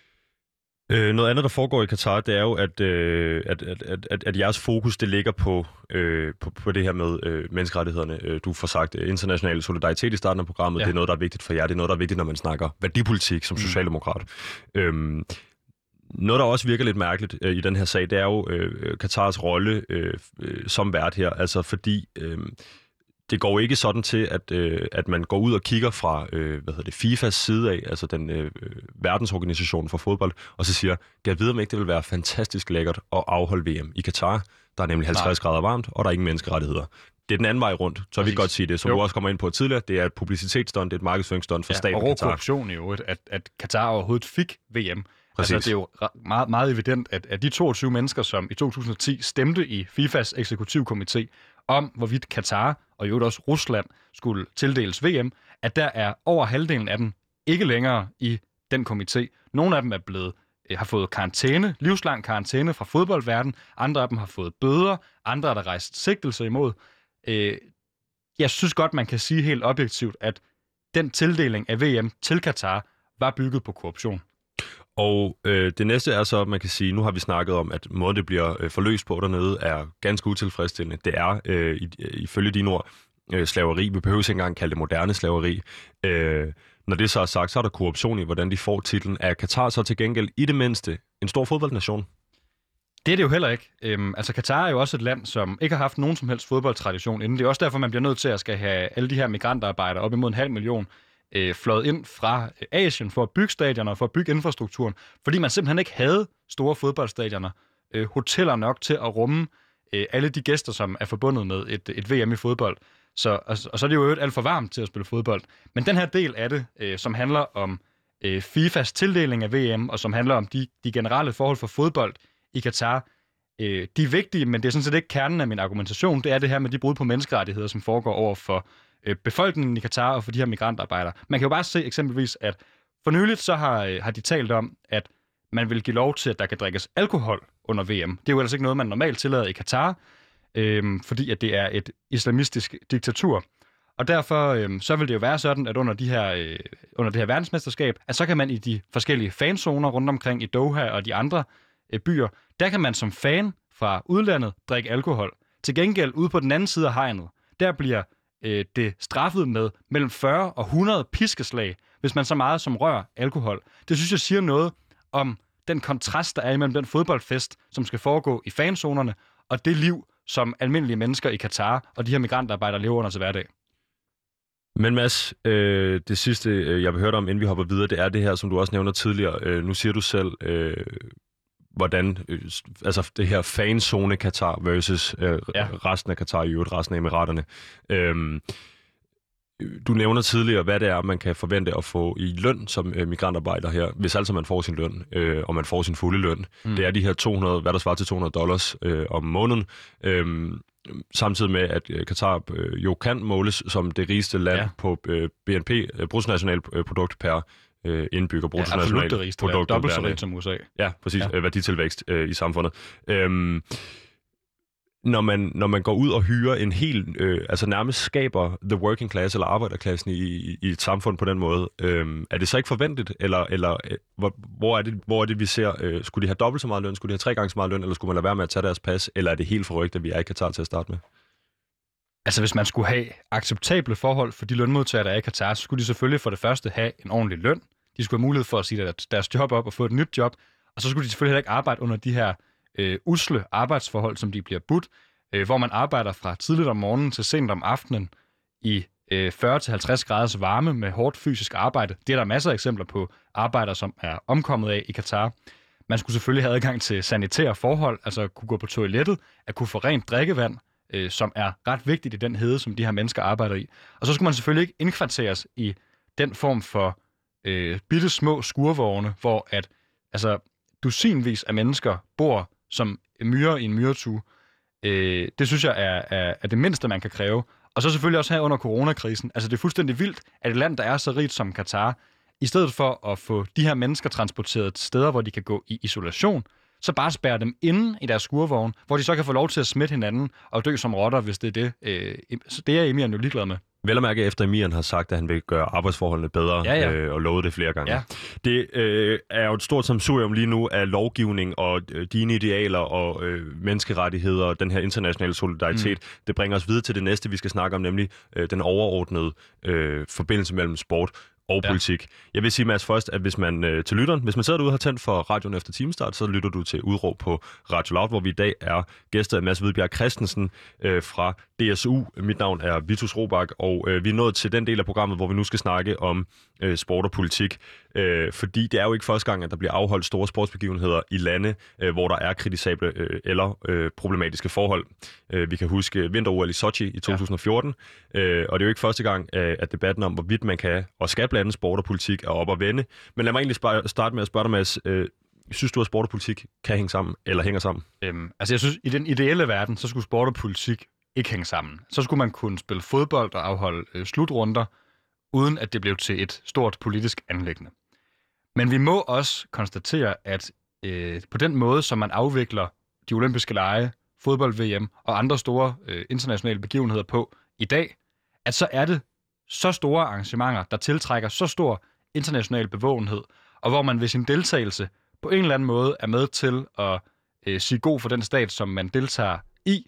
Øh, noget andet, der foregår i Katar, det er jo, at, øh, at, at, at, at jeres fokus det ligger på, øh, på, på det her med øh, menneskerettighederne. Du får sagt øh, international solidaritet i starten af programmet. Ja. Det er noget, der er vigtigt for jer. Det er noget, der er vigtigt, når man snakker værdipolitik som mm. socialdemokrat. Øhm, Noget, der også virker lidt mærkeligt øh, i den her sag, det er jo øh, Katars rolle øh, øh, som vært her. Altså fordi øh, det går ikke sådan til, at, øh, at man går ud og kigger fra øh, hvad hedder det, FIFAs side af, altså den øh, verdensorganisation for fodbold, og så siger, kan jeg vide, om ikke det vil være fantastisk lækkert at afholde V M i Katar. Der er nemlig halvtreds Nej. grader varmt, og der er ingen menneskerettigheder. Det er den anden vej rundt, så vi kan godt sige det, som jo. du også kommer ind på tidligere. Det er et publicitetsstunt, det er et markedsføringsstunt for ja, staten Katar. Og korruption i øvrigt, at, at Katar overhovedet fik V M. Præcis. Altså, det er jo meget, meget evident, at, at de toogtyve mennesker, som i to tusind og ti stemte i FIFAs eksekutivkomité om, hvorvidt Katar og i øvrigt også Rusland skulle tildeles V M, at der er over halvdelen af dem ikke længere i den komité. Nogle af dem er blevet har fået karantæne, livslang karantæne fra fodboldverden. Andre af dem har fået bøder. Andre er der rejst sigtelse imod. Øh, jeg synes godt, man kan sige helt objektivt, at den tildeling af V M til Katar var bygget på korruption. Og øh, det næste er så, man kan sige, nu har vi snakket om, at måden det bliver øh, forløst på dernede, er ganske utilfredsstillende. Det er, øh, i, ifølge dine ord, øh, slaveri. Vi behøver ikke engang kalde det moderne slaveri. Øh, når det så er sagt, så er der korruption i, hvordan de får titlen. Er Katar så til gengæld i det mindste en stor fodboldnation? Det er det jo heller ikke. Øhm, altså, Katar er jo også et land, som ikke har haft nogen som helst fodboldtradition inden. Det er også derfor, man bliver nødt til at skal have alle de her migrantarbejdere op imod en halv million øh, fløjet ind fra Asien for at bygge stadioner og for at bygge infrastrukturen, fordi man simpelthen ikke havde store fodboldstadioner, øh, hoteller nok til at rumme øh, alle de gæster, som er forbundet med et, et V M i fodbold. Så, og, og så er det jo alt for varmt til at spille fodbold. Men den her del af det, øh, som handler om øh, FIFAs tildeling af V M, og som handler om de, de generelle forhold for fodbold i Katar, øh, de er vigtige, men det er sådan set ikke kernen af min argumentation. Det er det her med de brud på menneskerettigheder, som foregår over for øh, befolkningen i Katar og for de her migrantarbejdere. Man kan jo bare se eksempelvis, at for nyligt så har, øh, har de talt om, at man vil give lov til, at der kan drikkes alkohol under V M. Det er jo ellers ikke noget, man normalt tillader i Katar, øh, fordi at det er et islamistisk diktatur. Og derfor øh, så vil det jo være sådan, at under, de her, øh, under det her verdensmesterskab, at så kan man i de forskellige fanzoner rundt omkring i Doha og de andre øh, byer, der kan man som fan fra udlandet drikke alkohol. Til gengæld ude på den anden side af hegnet, der bliver øh, det straffet med mellem fyrre og hundrede piskeslag, hvis man så meget som rører alkohol. Det synes jeg siger noget om den kontrast, der er imellem den fodboldfest, som skal foregå i fanzonerne, og det liv, som almindelige mennesker i Katar og de her migrantarbejdere lever under til hverdag. Men Mads, øh, det sidste, øh, jeg vil høre dig om, inden vi hopper videre, det er det her, som du også nævner tidligere. Øh, nu siger du selv, øh, hvordan øh, altså det her fanzone Katar versus øh, ja. resten af Katar, i øvrigt resten af Emiraterne. Øh, du nævner tidligere, hvad det er, man kan forvente at få i løn som øh, migrantarbejder her, hvis altså man får sin løn, øh, og man får sin fulde løn. Mm. Det er de her to hundrede, hvad der svarer til to hundrede dollars øh, om måneden. Øh, Samtidig med, at Katar øh, jo kan måles som det rigeste land ja. på øh, B N P, øh, bruttonationalprodukt per øh, indbygger. Ja, absolut det rigeste land. Dobbelt så rigt som U S A. Ja, præcis. Ja. Øh, værditilvækst øh, i samfundet. Øhm, når, man, når man går ud og hyrer en helt, øh, altså nærmest skaber the working class eller arbejderklassen i, i, i et samfund på den måde, øh, er det så ikke forventet? Eller, eller øh, hvor, hvor, er det, hvor er det, vi ser? Øh, skulle de have dobbelt så meget løn? Skulle de have tre gange så meget løn? Eller skulle man lade være med at tage deres pas? Eller er det helt forrygt, at vi er i Katar til at starte med? Altså, hvis man skulle have acceptable forhold for de lønmodtagere, der er i Katar, så skulle de selvfølgelig for det første have en ordentlig løn. De skulle have mulighed for at sige deres job op og få et nyt job. Og så skulle de selvfølgelig ikke arbejde under de her øh, usle arbejdsforhold, som de bliver budt, øh, hvor man arbejder fra tidligt om morgenen til sent om aftenen i øh, fyrre til halvtreds graders varme med hårdt fysisk arbejde. Det er der masser af eksempler på arbejdere, som er omkommet af i Katar. Man skulle selvfølgelig have adgang til sanitære forhold, altså at kunne gå på toilettet, at kunne få rent drikkevand, øh, som er ret vigtigt i den hede, som de her mennesker arbejder i. Og så skulle man selvfølgelig ikke indkvarteres i den form for øh, bitte små skurvogne, hvor at altså dusinvis af mennesker bor som myrer i en myretue. Øh, det synes jeg er, er, er det mindste, man kan kræve. Og så selvfølgelig også her under coronakrisen. Altså det er fuldstændig vildt, at et land, der er så rigt som Katar, i stedet for at få de her mennesker transporteret til steder, hvor de kan gå i isolation, så bare spærre dem inde i deres skurvogn, hvor de så kan få lov til at smitte hinanden og dø som rotter, hvis det er det. Øh, så det er Emiren jo ligeglad med. Vel at mærke efter Emiren har sagt, at han vil gøre arbejdsforholdene bedre, ja, ja. Øh, og lovet det flere gange. Ja. Det øh, er jo et stort samsurium lige nu af lovgivning og øh, dine idealer og øh, menneskerettigheder og den her internationale solidaritet. Mm. Det bringer os videre til det næste, vi skal snakke om, nemlig øh, den overordnede øh, forbindelse mellem sport og Ja. politik. Jeg vil sige, Mads, først, at hvis man øh, til lytteren, hvis man sidder derude og har tændt for radioen efter timestart, så lytter du til Udråb på Radio Loud, hvor vi i dag er gæster af Mads Hvidbjerg Christensen øh, fra D S U. Mit navn er Vitus Robak, og øh, vi er nået til den del af programmet, hvor vi nu skal snakke om øh, sport og politik. Øh, fordi det er jo ikke første gang, at der bliver afholdt store sportsbegivenheder i lande, øh, hvor der er kritisable øh, eller øh, problematiske forhold. Øh, vi kan huske vinter-O L i Sochi i to tusind og fjorten, ja. øh, og det er jo ikke første gang, øh, at debatten om, hvorvidt man kan og skal blande sport og politik er op og vende. Men lad mig egentlig spar- starte med at spørge dig, Mads, øh, synes du, at sport og politik kan hænge sammen, eller hænger sammen? Øhm, altså jeg synes, i den ideelle verden, så skulle sport og politik ikke hænge sammen. Så skulle man kunne spille fodbold og afholde øh, slutrunder, uden at det blev til et stort politisk anliggende. Men vi må også konstatere, at øh, på den måde, som man afvikler de olympiske lege, fodbold-V M og andre store øh, internationale begivenheder på i dag, at så er det så store arrangementer, der tiltrækker så stor international bevågenhed, og hvor man ved sin deltagelse på en eller anden måde er med til at øh, sige god for den stat, som man deltager i,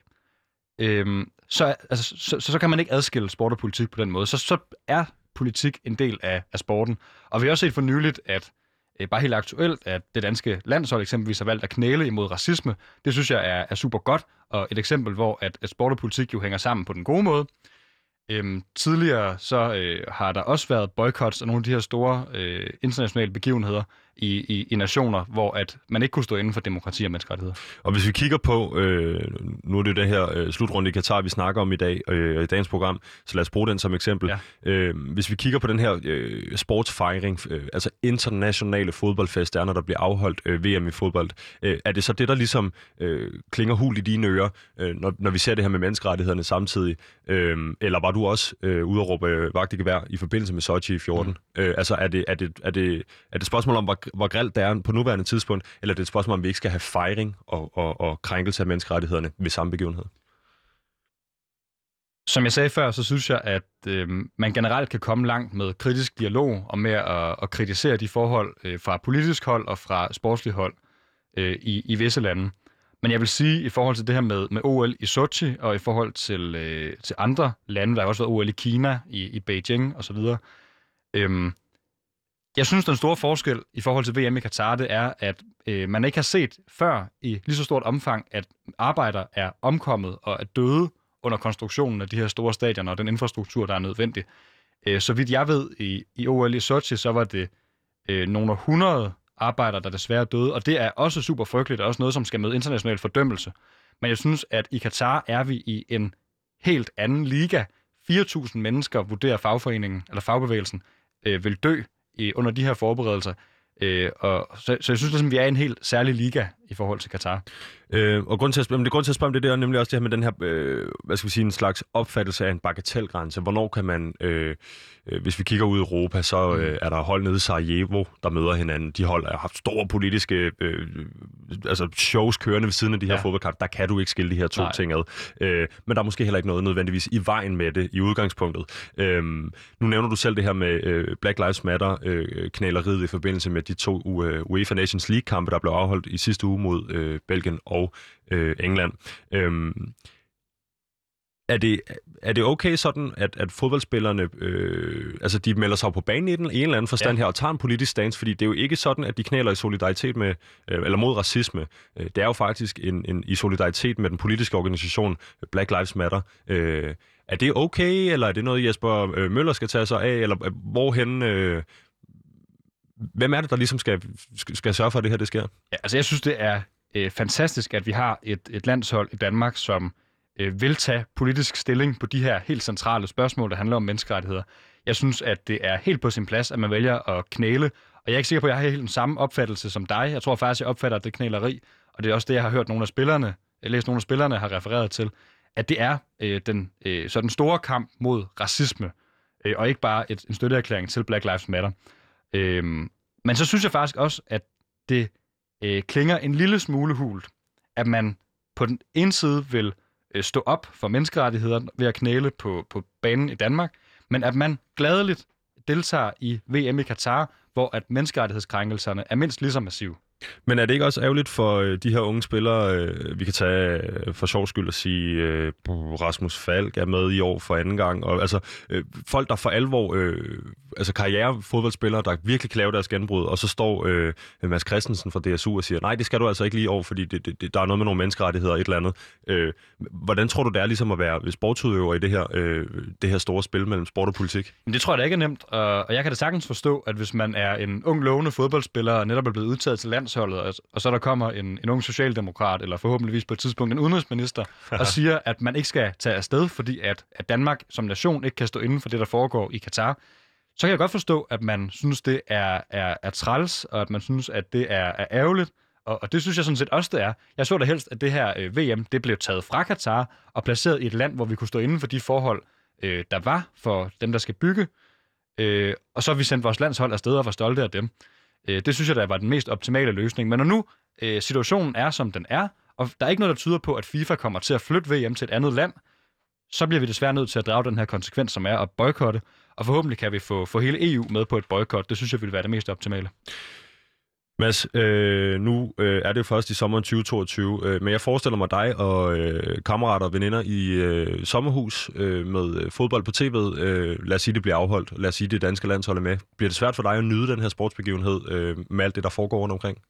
øhm, så, altså, så, så, så kan man ikke adskille sport og politik på den måde. Så, så er politik en del af, af sporten. Og vi har også set for nyligt, at øh, bare helt aktuelt, at det danske landshold eksempelvis har valgt at knæle imod racisme. Det synes jeg er, er super godt, og et eksempel, hvor at, at sport og politik jo hænger sammen på den gode måde. Øhm, tidligere så øh, har der også været boycotts af nogle af de her store øh, internationale begivenheder i, i, i nationer, hvor at man ikke kunne stå inden for demokrati og menneskerettigheder. Og hvis vi kigger på, øh, nu er det det her øh, slutrunde i Katar, vi snakker om i dag, øh, i dagens program, så lad os bruge den som eksempel. Ja. Øh, hvis vi kigger på den her øh, sportsfejring, øh, altså internationale fodboldfest, der når der bliver afholdt øh, V M i fodbold, øh, er det så det, der ligesom øh, klinger hul i dine ører, øh, når, når vi ser det her med menneskerettighederne samtidig? Øh, eller var du også øh, ude at råbe øh, vagt i gevær i forbindelse med Sochi i fjorten? Mm. Øh, altså er det, er, det, er, det, er det et spørgsmål om, hvor, hvor grelt det er på nuværende tidspunkt, eller er det et spørgsmål om, vi ikke skal have fejring og, og, og krænkelse af menneskerettighederne ved samme begivenhed? Som jeg sagde før, så synes jeg, at øh, man generelt kan komme langt med kritisk dialog og med at, at kritisere de forhold øh, fra politisk hold og fra sportsligt hold øh, i, i visse lande. Men jeg vil sige, i forhold til det her med, med O L i Sochi og i forhold til, øh, til andre lande, der har også været O L i Kina, i, i Beijing osv., øh, jeg synes, den store forskel i forhold til V M i Katar, det er, at øh, man ikke har set før i lige så stort omfang, at arbejdere er omkommet og er døde under konstruktionen af de her store stadioner og den infrastruktur, der er nødvendig. Øh, så vidt jeg ved, i, i O L i Sochi, så var det øh, nogle hundrede arbejdere, der desværre døde, og det er også super frygteligt, og også noget, som skal møde international fordømmelse. Men jeg synes, at i Katar er vi i en helt anden liga. fire tusind mennesker vurderer fagforeningen, eller fagbevægelsen, øh, vil dø i, under de her forberedelser. Øh, og så, så jeg synes, at vi er i en helt særlig liga i forhold til Katar. Øh, og grund til at spørge, det grund til at spørge om det, det er nemlig også det her med den her, øh, hvad skal vi sige, en slags opfattelse af en bagatelgrænse. Hvornår kan man, øh, øh, hvis vi kigger ud i Europa, så øh, er der hold nede i Sarajevo, der møder hinanden. De hold har haft store politiske øh, altså shows kørende ved siden af de her ja. fodboldkampe. Der kan du ikke skille de her to Nej. ting ad. Øh, men der er måske heller ikke noget nødvendigvis i vejen med det, i udgangspunktet. Øh, nu nævner du selv det her med øh, Black Lives Matter, øh, knæleriet i forbindelse med de to uh, UEFA Nations League-kampe, der blev afholdt i sidste uge mod øh, Belgien og og øh, England. Øhm, er, det, er det okay sådan, at, at fodboldspillerne øh, altså de melder sig på banen i den en eller anden forstand ja. her og tager en politisk stance, fordi det er jo ikke sådan, at de knæler i solidaritet med, øh, eller mod racisme. Det er jo faktisk en, en, i solidaritet med den politiske organisation Black Lives Matter. Øh, er det okay, eller er det noget, Jesper øh, Møller skal tage sig af, eller øh, hvorhen... Øh, hvem er det, der ligesom skal, skal sørge for, at det her det sker? Ja, altså jeg synes, det er øh, fantastisk, at vi har et, et landshold i Danmark, som øh, vil tage politisk stilling på de her helt centrale spørgsmål, der handler om menneskerettigheder. Jeg synes, at det er helt på sin plads, at man vælger at knæle, og jeg er ikke sikker på, at jeg har helt den samme opfattelse som dig. Jeg tror faktisk, jeg opfatter, at det er knæleri, og det er også det, jeg har hørt nogle af spillerne, jeg læst nogle af spillerne har refereret til, at det er øh, den, øh, så den store kamp mod racisme, øh, og ikke bare et, en støtteerklæring til Black Lives Matter. Øh, men så synes jeg faktisk også, at det øh, klinger en lille smule hult, at man på den ene side vil øh, stå op for menneskerettigheder ved at knæle på, på banen i Danmark, men at man gladeligt deltager i V M i Katar, hvor at menneskerettighedskrænkelserne er mindst lige så massive. Men er det ikke også ærgerligt for øh, de her unge spillere, øh, vi kan tage øh, for sjov skyld at sige, øh, Rasmus Falk er med i år for anden gang, og altså øh, folk, der for alvor, øh, altså karrierefodboldspillere, der virkelig kan lave deres gennembrud, og så står øh, Mads Christensen fra D S U og siger, nej, det skal du altså ikke lige i år, fordi det, det, det, der er noget med nogle menneskerettigheder og et eller andet. Øh, hvordan tror du, det er ligesom at være sportsudøver i det her, øh, det her store spil mellem sport og politik? Men det tror jeg da ikke er nemt, og jeg kan da sagtens forstå, at hvis man er en ung, lovende fodboldspiller, og netop er blevet udtaget til landsholdet, og, og så der kommer en, en ung socialdemokrat, eller forhåbentligvis på et tidspunkt en udenrigsminister, og siger, at man ikke skal tage afsted, fordi at, at Danmark som nation ikke kan stå inden for det, der foregår i Katar, så kan jeg godt forstå, at man synes, det er, er, er træls, og at man synes, at det er, er ærgerligt, og, og det synes jeg sådan set også, det er. Jeg så da helst, at det her øh, V M, det blev taget fra Katar og placeret i et land, hvor vi kunne stå inden for de forhold, øh, der var for dem, der skal bygge, øh, og så har vi sendt vores landshold afsted og var stolte af dem. Øh, det synes jeg, der var den mest optimale løsning. Men når nu øh, situationen er, som den er, og der er ikke noget, der tyder på, at FIFA kommer til at flytte V M til et andet land, så bliver vi desværre nødt til at drage den her konsekvens, som er at boykotte, og forhåbentlig kan vi få, få hele E U med på et boykot. Det synes jeg ville være det mest optimale. Mads, øh, nu øh, er det jo først i sommeren tyve toogtyve, øh, men jeg forestiller mig dig og øh, kammerater og veninder i øh, sommerhus øh, med fodbold på tv'et. Øh, lad os sige, det bliver afholdt. Lad os sige, det danske landshold er med. Bliver det svært for dig at nyde den her sportsbegivenhed øh, med alt det, der foregår rundt omkring?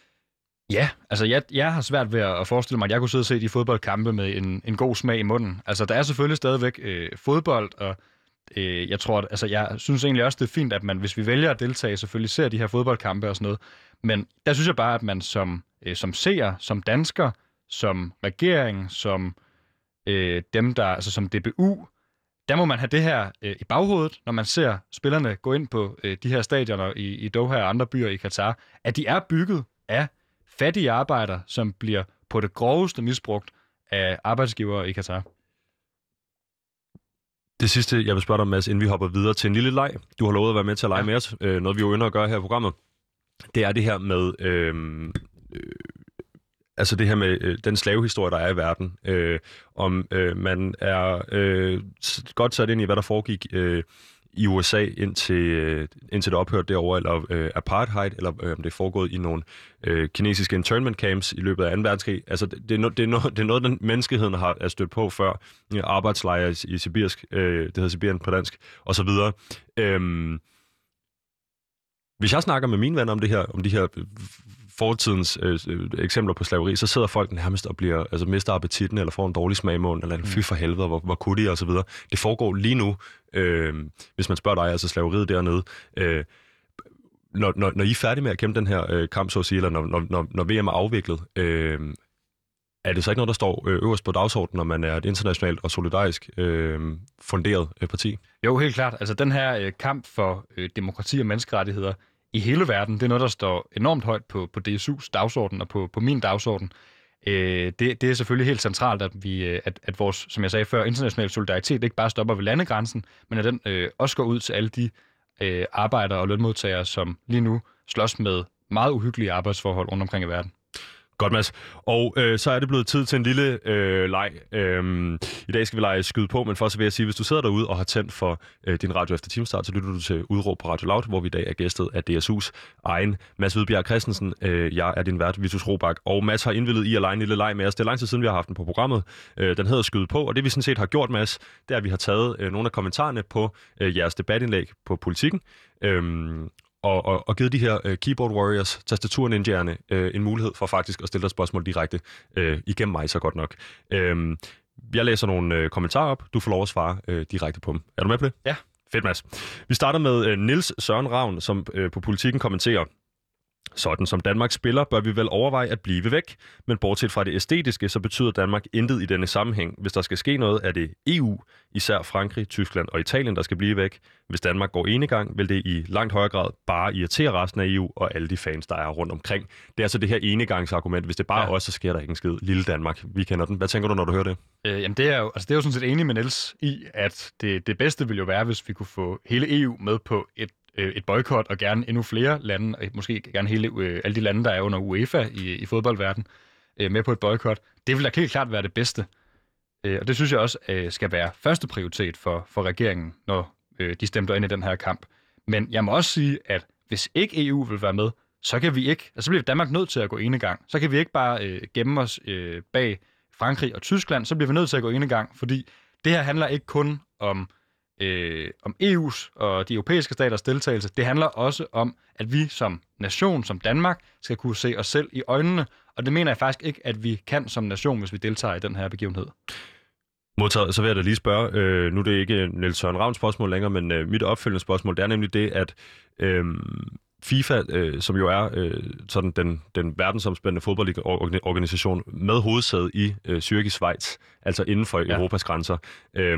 Ja, altså jeg, jeg har svært ved at forestille mig, at jeg kunne sidde og se de fodboldkampe med en, en god smag i munden. Altså der er selvfølgelig stadigvæk øh, fodbold, og øh, jeg tror, at, altså jeg synes egentlig også, det er fint, at man, hvis vi vælger at deltage, selvfølgelig ser de her fodboldkampe og sådan noget. Men der synes jeg bare, at man som, øh, som seer, som dansker, som regering, som øh, dem, der, altså som D B U, der må man have det her øh, i baghovedet, når man ser spillerne gå ind på øh, de her stadioner i, i Doha og andre byer i Katar, at de er bygget af fattige arbejdere, som bliver på det groveste misbrugt af arbejdsgivere i Katar. Det sidste, jeg vil spørge dig, Mads, inden vi hopper videre til en lille leg. Du har lovet at være med til at lege ja. med os. Øh, noget, vi jo ynder at gøre her i programmet. Det er det her med... Øh, øh, altså det her med øh, den slavehistorie, der er i verden. Øh, om øh, man er øh, godt sat ind i, hvad der foregik øh, i U S A indtil, øh, indtil det ophørte derovre, eller øh, apartheid, eller øh, om det er foregået i nogle øh, kinesiske internment camps i løbet af anden verdenskrig. Altså, det, det, er, no, det, er, no, det er noget, den menneskeheden har er stødt på før. Arbejdslejre i, i sibirsk, øh, det hedder Sibirien på dansk, og så videre. Øhm, hvis jeg snakker med mine venner om det her, om de her fortidens øh, eksempler på slaveri, så sidder folk nærmest og bliver, altså mister appetitten, eller får en dårlig smag i munden, eller en fy for helvede, hvor, hvor kunne de, og så videre. Det foregår lige nu, øh, hvis man spørger dig, altså slaveriet dernede. Øh, når, når, når I er færdige med at kæmpe den her øh, kamp, så at sige, eller når, når, når, når V M er afviklet, øh, er det så ikke noget, der står øh, øverst på dagsordenen, når man er et internationalt og solidarisk øh, funderet øh, parti? Jo, helt klart. Altså den her øh, kamp for øh, demokrati og menneskerettigheder i hele verden, det er noget, der står enormt højt på, på D S U's dagsorden og på, på min dagsorden. Øh, det, det er selvfølgelig helt centralt, at, vi, at, at vores, som jeg sagde før, international solidaritet ikke bare stopper ved landegrænsen, men at den øh, også går ud til alle de øh, arbejdere og lønmodtagere, som lige nu slås med meget uhyggelige arbejdsforhold rundt omkring i verden. Godt, Mads. Og øh, så er det blevet tid til en lille øh, leg. Øhm, I dag skal vi lege skyde på, men først vil jeg sige, hvis du sidder derude og har tændt for øh, din radio efter timestart, så lytter du til Udråb på Radio Loud, hvor vi i dag er gæstet af D S U's egen Mads Hvidbjerg Christensen. Øh, jeg er din vært, Vitus Robak, og Mads har indvildet i at lege en lille leg med os. Det er lang tid siden, vi har haft den på programmet. Øh, den hedder Skyde på, og det vi sådan set har gjort, Mads, det er, at vi har taget øh, nogle af kommentarerne på øh, jeres debatindlæg på Politikken, øh, Og, og, og givet de her uh, keyboard warriors, tastaturninjerne, uh, en mulighed for faktisk at stille dig spørgsmål direkte uh, igennem mig så godt nok. Uh, jeg læser nogle uh, kommentarer op. Du får lov at svare uh, direkte på dem. Er du med på det? Ja. Fedt, Mads. Vi starter med uh, Niels Søren Ravn, som uh, på Politikken kommenterer: sådan som Danmark spiller, bør vi vel overveje at blive væk. Men bortset fra det æstetiske, så betyder Danmark intet i denne sammenhæng. Hvis der skal ske noget, er det E U, især Frankrig, Tyskland og Italien, der skal blive væk. Hvis Danmark går enegang, vil det i langt højere grad bare irritere resten af E U og alle de fans, der er rundt omkring. Det er altså det her enegangsargument. Hvis det bare ja. os, så sker der ikke en skid. Lille Danmark, vi kender den. Hvad tænker du, når du hører det? Øh, jamen det er, jo, altså det er jo sådan set enig med Niels i, at det, det bedste ville jo være, hvis vi kunne få hele E U med på et et boykot, og gerne endnu flere lande, måske gerne hele, øh, alle de lande, der er under UEFA i, i fodboldverden, øh, med på et boykot. Det vil da helt klart være det bedste. Øh, og det synes jeg også øh, skal være første prioritet for, for regeringen, når øh, de stemmer ind i den her kamp. Men jeg må også sige, at hvis ikke E U vil være med, så kan vi ikke, altså så bliver Danmark nødt til at gå enegang. Så kan vi ikke bare øh, gemme os øh, bag Frankrig og Tyskland, så bliver vi nødt til at gå enegang, fordi det her handler ikke kun om, øh, om E U's og de europæiske staters deltagelse. Det handler også om, at vi som nation, som Danmark, skal kunne se os selv i øjnene, og det mener jeg faktisk ikke, at vi kan som nation, hvis vi deltager i den her begivenhed. Modtaget, så vil jeg da lige spørge, øh, nu er det ikke Niels Søren Ravns spørgsmål længere, men øh, mit opfølgende spørgsmål, det er nemlig det, at øh, FIFA, øh, som jo er øh, sådan den, den verdensomspændende fodboldorganisation med hovedsæde i øh, Zürich i Schweiz, altså inden for ja. Europas grænser. Øh,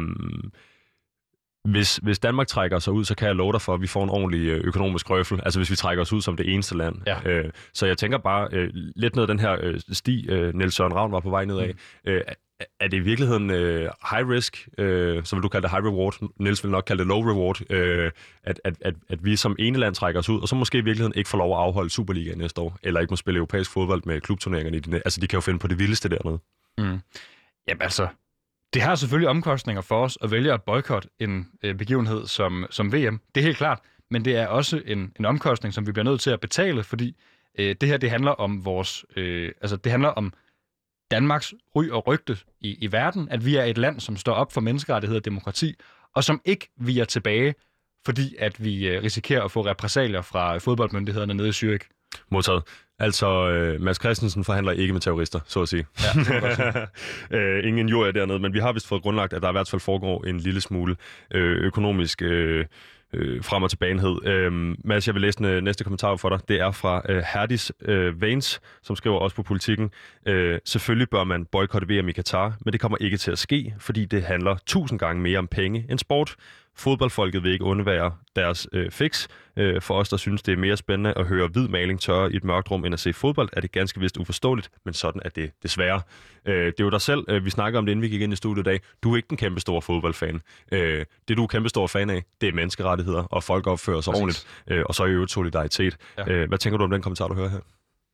hvis, hvis Danmark trækker sig ud, så kan jeg love dig for, at vi får en ordentlig øh, økonomisk røffel, altså hvis vi trækker os ud som det eneste land. Ja. Øh, så jeg tænker bare øh, lidt ned ad den her øh, sti, øh, Niels Søren Ravn var på vej nedad. Mm. Øh, Er det i virkeligheden uh, high risk, uh, så vil du kalde det high reward, Niels vil nok kalde det low reward, uh, at, at, at, at vi som ene land trækker os ud, og så måske i virkeligheden ikke får lov at afholde Superligaen næste år, eller ikke må spille europæisk fodbold med klubturneringerne i de næ- Altså, de kan jo finde på det vildeste dernede. Mm. Jamen altså, det har selvfølgelig omkostninger for os at vælge at boykotte en øh, begivenhed som, som V M. Det er helt klart, men det er også en, en omkostning, som vi bliver nødt til at betale, fordi øh, det her, det handler om vores, øh, altså det handler om Danmarks ry og rygte i, i verden, at vi er et land, som står op for menneskerettigheder og demokrati, og som ikke viger tilbage, fordi at vi øh, risikerer at få repressalier fra fodboldmyndighederne nede i Zürich. Modtaget. Altså, øh, Mads Christensen forhandler ikke med terrorister, så at sige. Ja, det kan sige. øh, ingen jord er dernede, men vi har vist fået grundlagt, at der i hvert fald foregår en lille smule øh, økonomisk øh, øh, frem- og tilbagehed. Øh, Mads, jeg vil læse den næste kommentar for dig. Det er fra øh, Herdis øh, Vanes, som skriver også på Politikken. Øh, selvfølgelig bør man boykotte V M i Katar, men det kommer ikke til at ske, fordi det handler tusind gange mere om penge end sport. Fodboldfolket vil ikke undvære deres øh, fix. Øh, for os, der synes, det er mere spændende at høre hvid maling tørre i et mørkt rum, end at se fodbold, er det ganske vist uforståeligt, men sådan er det desværre. Øh, det er jo dig selv, øh, vi snakker om det, inden vi gik ind i studiet i dag. Du er ikke den kæmpe store fodboldfan. Øh, det, du er kæmpe stor fan af, det er menneskerettigheder, og folk opfører sig ordentligt, øh, og så er jo solidaritet. Ja. Øh, hvad tænker du om den kommentar, du hører her?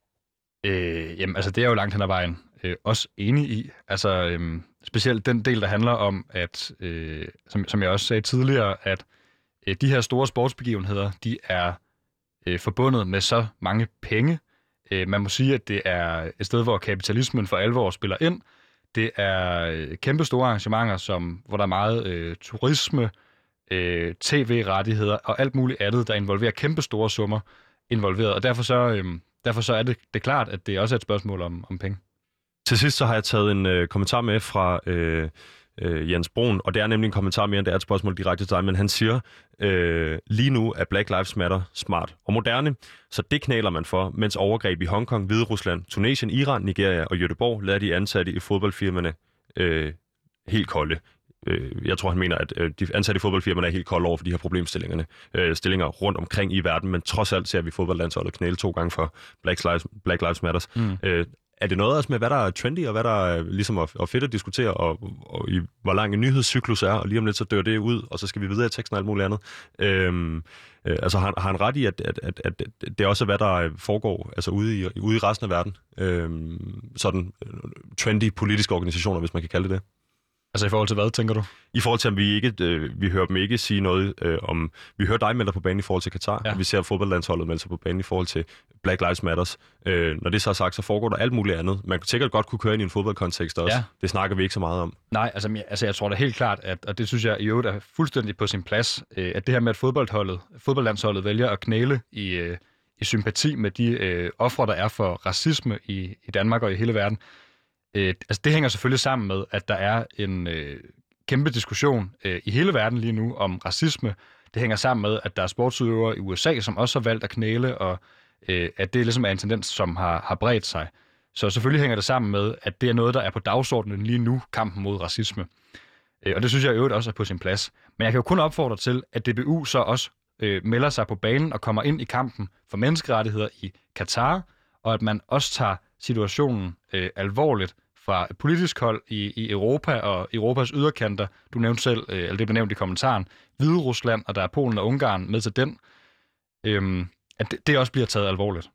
Øh, jamen, altså det er jo langt hen ad vejen øh, også enig i. Altså øh, specielt den del, der handler om, at øh, som, som jeg også sagde tidligere, at øh, de her store sportsbegivenheder, de er øh, forbundet med så mange penge. Øh, man må sige, at det er et sted, hvor kapitalismen for alvor spiller ind. Det er øh, kæmpe store arrangementer, som, hvor der er meget øh, turisme, øh, tv-rettigheder og alt muligt andet, der involverer kæmpe store summer involveret. Og derfor så... Øh, Derfor så er det, det er klart, at det også er et spørgsmål om, om penge. Til sidst så har jeg taget en øh, kommentar med fra øh, øh, Jens Brun, og det er nemlig en kommentar mere, end det er et spørgsmål direkte til dig, men han siger, øh, lige nu er Black Lives Matter smart og moderne, så det knæler man for, mens overgreb i Hongkong, Hvide Rusland, Tunesien, Iran, Nigeria og Göteborg lader de ansatte i fodboldfirmaerne øh, helt kolde. Jeg tror, han mener, at de ansatte i fodboldfirmaerne er helt kolde over for de her problemstillingerne, øh, stillinger rundt omkring i verden, men trods alt ser vi fodboldlandsholdet knæle to gange for Black Lives, Black Lives Matters. Mm. Øh, er det noget også med, hvad der er trendy, og hvad der er ligesom er, er fedt at diskutere, og, og i hvor lang en nyhedscyklus er, og lige om lidt så dør det ud, og så skal vi videre i teksten og alt muligt andet. Øh, øh, altså har, har han ret i, at, at, at, at det også er, hvad der foregår altså ude i, ude i resten af verden? Øh, sådan trendy politiske organisationer, hvis man kan kalde det det. Altså i forhold til hvad, tænker du? I forhold til, at vi ikke, øh, vi hører dem ikke sige noget øh, om... Vi hører dig melde dig på banen i forhold til Katar, ja. Og vi ser fodboldlandsholdet melde sig på banen i forhold til Black Lives Matters. Øh, når det så er sagt, så foregår der alt muligt andet. Man kunne sikkert godt kunne køre ind i en fodboldkontekst også. Ja. Det snakker vi ikke så meget om. Nej, altså jeg, altså jeg tror da helt klart, at, og det synes jeg i øvrigt er fuldstændig på sin plads, øh, at det her med, at fodboldholdet, fodboldlandsholdet vælger at knæle i, øh, i sympati med de øh, ofre, der er for racisme i, i Danmark og i hele verden. Øh, altså det hænger selvfølgelig sammen med, at der er en øh, kæmpe diskussion øh, i hele verden lige nu om racisme. Det hænger sammen med, at der er sportsudøvere i U S A, som også har valgt at knæle, og øh, at det ligesom er en tendens, som har, har bredt sig. Så selvfølgelig hænger det sammen med, at det er noget, der er på dagsordenen lige nu, kampen mod racisme. Øh, og det synes jeg i øvrigt også er på sin plads. Men jeg kan jo kun opfordre til, at D B U så også øh, melder sig på banen og kommer ind i kampen for menneskerettigheder i Katar, og at man også tager situationen øh, alvorligt fra et politisk hold i, i Europa og Europas yderkanter. Du nævnte selv, øh, eller det blev nævnt i kommentaren, Hvide Rusland, og der er Polen og Ungarn med til den. Øhm, at det, det også bliver taget alvorligt.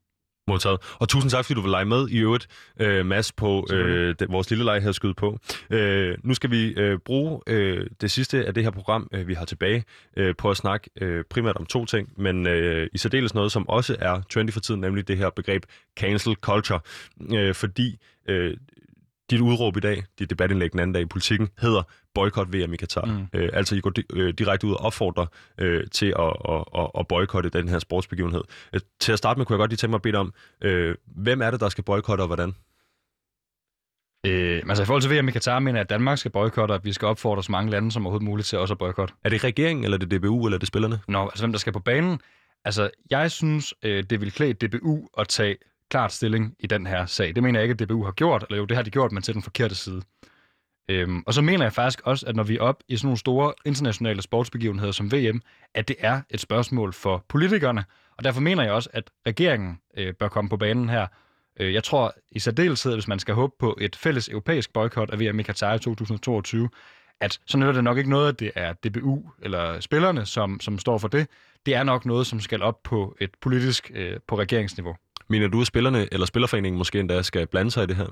Modtaget. Og tusind tak, fordi du vil lege med i øvrigt, øh, Mads, på øh, det, vores lille leg her skyde på. Øh, nu skal vi øh, bruge øh, det sidste af det her program, øh, vi har tilbage, øh, på at snakke øh, primært om to ting, men øh, i særdeles noget, som også er trendy for tiden, nemlig det her begreb cancel culture. Øh, fordi øh, dit udråb i dag, dit debatindlæg den anden dag i Politikken, hedder boykot V M i Katar. Mm. Øh, altså, I går di- øh, direkte ud og opfordrer øh, til at, at, at, at boykotte den her sportsbegivenhed. Øh, til at starte med, kunne jeg godt lige tænke mig at bede om, øh, hvem er det, der skal boykotte, og hvordan? Øh, altså, i forhold til V M i Katar, mener jeg, at Danmark skal boykotte, og vi skal opfordre så mange lande som overhovedet muligt til også at boykotte. Er det regeringen, eller er det D B U, eller er det spillerne? Nå, altså, hvem der skal på banen? Altså, jeg synes, øh, det vil klæde D B U at tage klart stilling i den her sag. Det mener jeg ikke, at D B U har gjort, eller jo, det har de gjort, men til den forkerte side. Øhm, og så mener jeg faktisk også, at når vi er op i sådan nogle store internationale sportsbegivenheder som V M, at det er et spørgsmål for politikerne, og derfor mener jeg også, at regeringen øh, bør komme på banen her. Øh, jeg tror i særdeleshed, hvis man skal håbe på et fælles europæisk boykot af V M i Katar i to tusind toogtyve, at så nytter det nok ikke noget, at det er D B U eller spillerne, som, som står for det. Det er nok noget, som skal op på et politisk, øh, på regeringsniveau. Mener du, at spillerne eller Spillerforeningen måske endda skal blande sig i det her?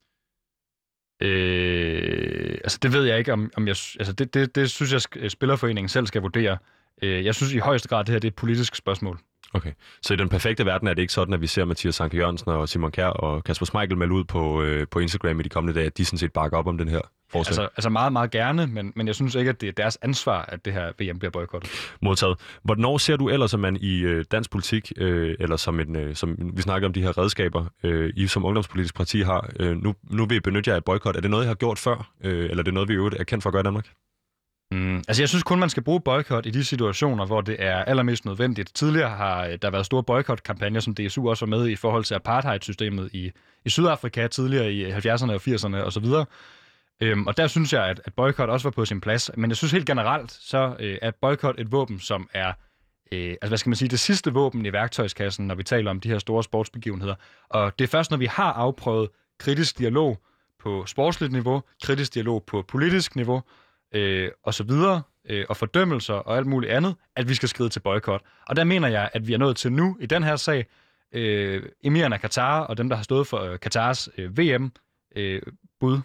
Øh, altså det ved jeg ikke, om, om jeg... Altså det, det, det synes jeg, at Spillerforeningen selv skal vurdere. Øh, jeg synes i højeste grad, at det her det er et politisk spørgsmål. Okay. Så i den perfekte verden er det ikke sådan, at vi ser Mathias Sanke Jørgensen og Simon Kjær og Kasper Schmeichel melde ud på, øh, på Instagram i de kommende dage, at de sådan set bakker op om den her forsøg? Altså, altså meget, meget gerne, men, men jeg synes ikke, at det er deres ansvar, at det her V M bliver boykottet. Modtaget. Hvornår ser du ellers, at man i øh, dansk politik, øh, eller som, en, øh, som vi snakker om de her redskaber, øh, I som ungdomspolitisk parti har, øh, nu, nu vil I benytte jer af boykot. Er det noget, I har gjort før, øh, eller er det noget, vi i øvrigt er kendt for at gøre i Danmark? Mm, altså jeg synes kun, man skal bruge boykot i de situationer, hvor det er allermest nødvendigt. Tidligere har der været store boykot-kampagner, som D S U også var med i forhold til apartheid-systemet i, i Sydafrika tidligere i halvfjerdserne og firserne osv. Øhm, og der synes jeg, at, at boykot også var på sin plads. Men jeg synes helt generelt, så øh, er boykot et våben, som er øh, altså hvad skal man sige, det sidste våben i værktøjskassen, når vi taler om de her store sportsbegivenheder. Og det er først, når vi har afprøvet kritisk dialog på sportsligt niveau, kritisk dialog på politisk niveau, Øh, og så videre, øh, og fordømmelser og alt muligt andet, at vi skal skride til boykot. Og der mener jeg, at vi er nået til nu, i den her sag, øh, emiren af Katar og dem, der har stået for øh, Katars øh, V M-bud, øh,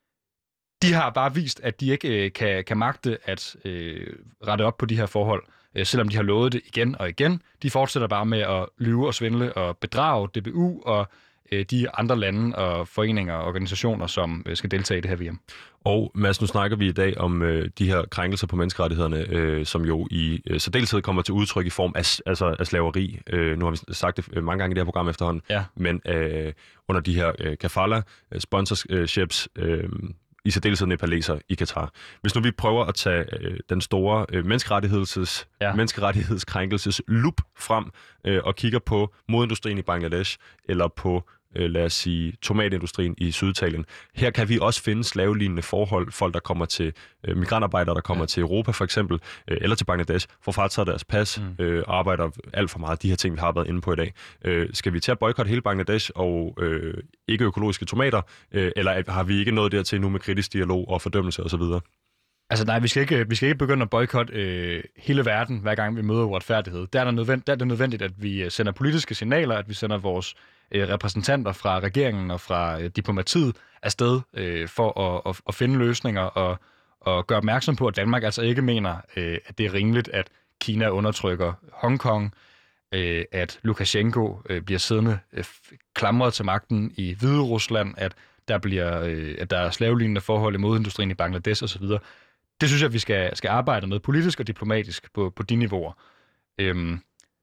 de har bare vist, at de ikke øh, kan, kan magte at øh, rette op på de her forhold, øh, selvom de har lovet det igen og igen. De fortsætter bare med at lyve og svindle og bedrage D B U og øh, de andre lande og foreninger og organisationer, som øh, skal deltage i det her V M. Og Mads, nu snakker vi i dag om øh, de her krænkelser på menneskerettighederne, øh, som jo i øh, særdeleshed kommer til udtryk i form af, altså, af slaveri. Øh, nu har vi sagt det øh, mange gange i det her program efterhånden, ja. men øh, under de her øh, kafala, øh, sponsorships, øh, i særdeleshed nepaleser i Katar. Hvis nu vi prøver at tage øh, den store øh, menneskerettigheds, ja. menneskerettighedskrænkelses lup frem øh, og kigger på modindustrien i Bangladesh eller på øh, lad os sige, tomatindustrien i Syditalien. Her kan vi også finde slavelignende forhold. Folk, der kommer til øh, migrantarbejdere, der kommer ja. til Europa for eksempel, øh, eller til Bangladesh, får frataget deres pas, mm. øh, arbejder alt for meget. De her ting, vi har været inde på i dag. Øh, skal vi til at boykotte hele Bangladesh og øh, ikke økologiske tomater, øh, eller har vi ikke nået dertil nu med kritisk dialog og fordømmelse osv.? Altså nej, vi skal ikke, vi skal ikke begynde at boykotte øh, hele verden, hver gang vi møder uretfærdighed. Der er, der, nødvendigt, der er det nødvendigt, at vi sender politiske signaler, at vi sender vores øh, repræsentanter fra regeringen og fra øh, diplomatiet afsted øh, for at, at, at finde løsninger og, og gøre opmærksom på, at Danmark altså ikke mener, øh, at det er rimeligt, at Kina undertrykker Hongkong, øh, at Lukashenko øh, bliver siddende øh, klamret til magten i Hvide Rusland, at der, bliver, øh, at der er slavelignende forhold i modindustrien i Bangladesh osv. Det synes jeg, at vi skal, skal arbejde med politisk og diplomatisk på, på de niveauer. Øhm,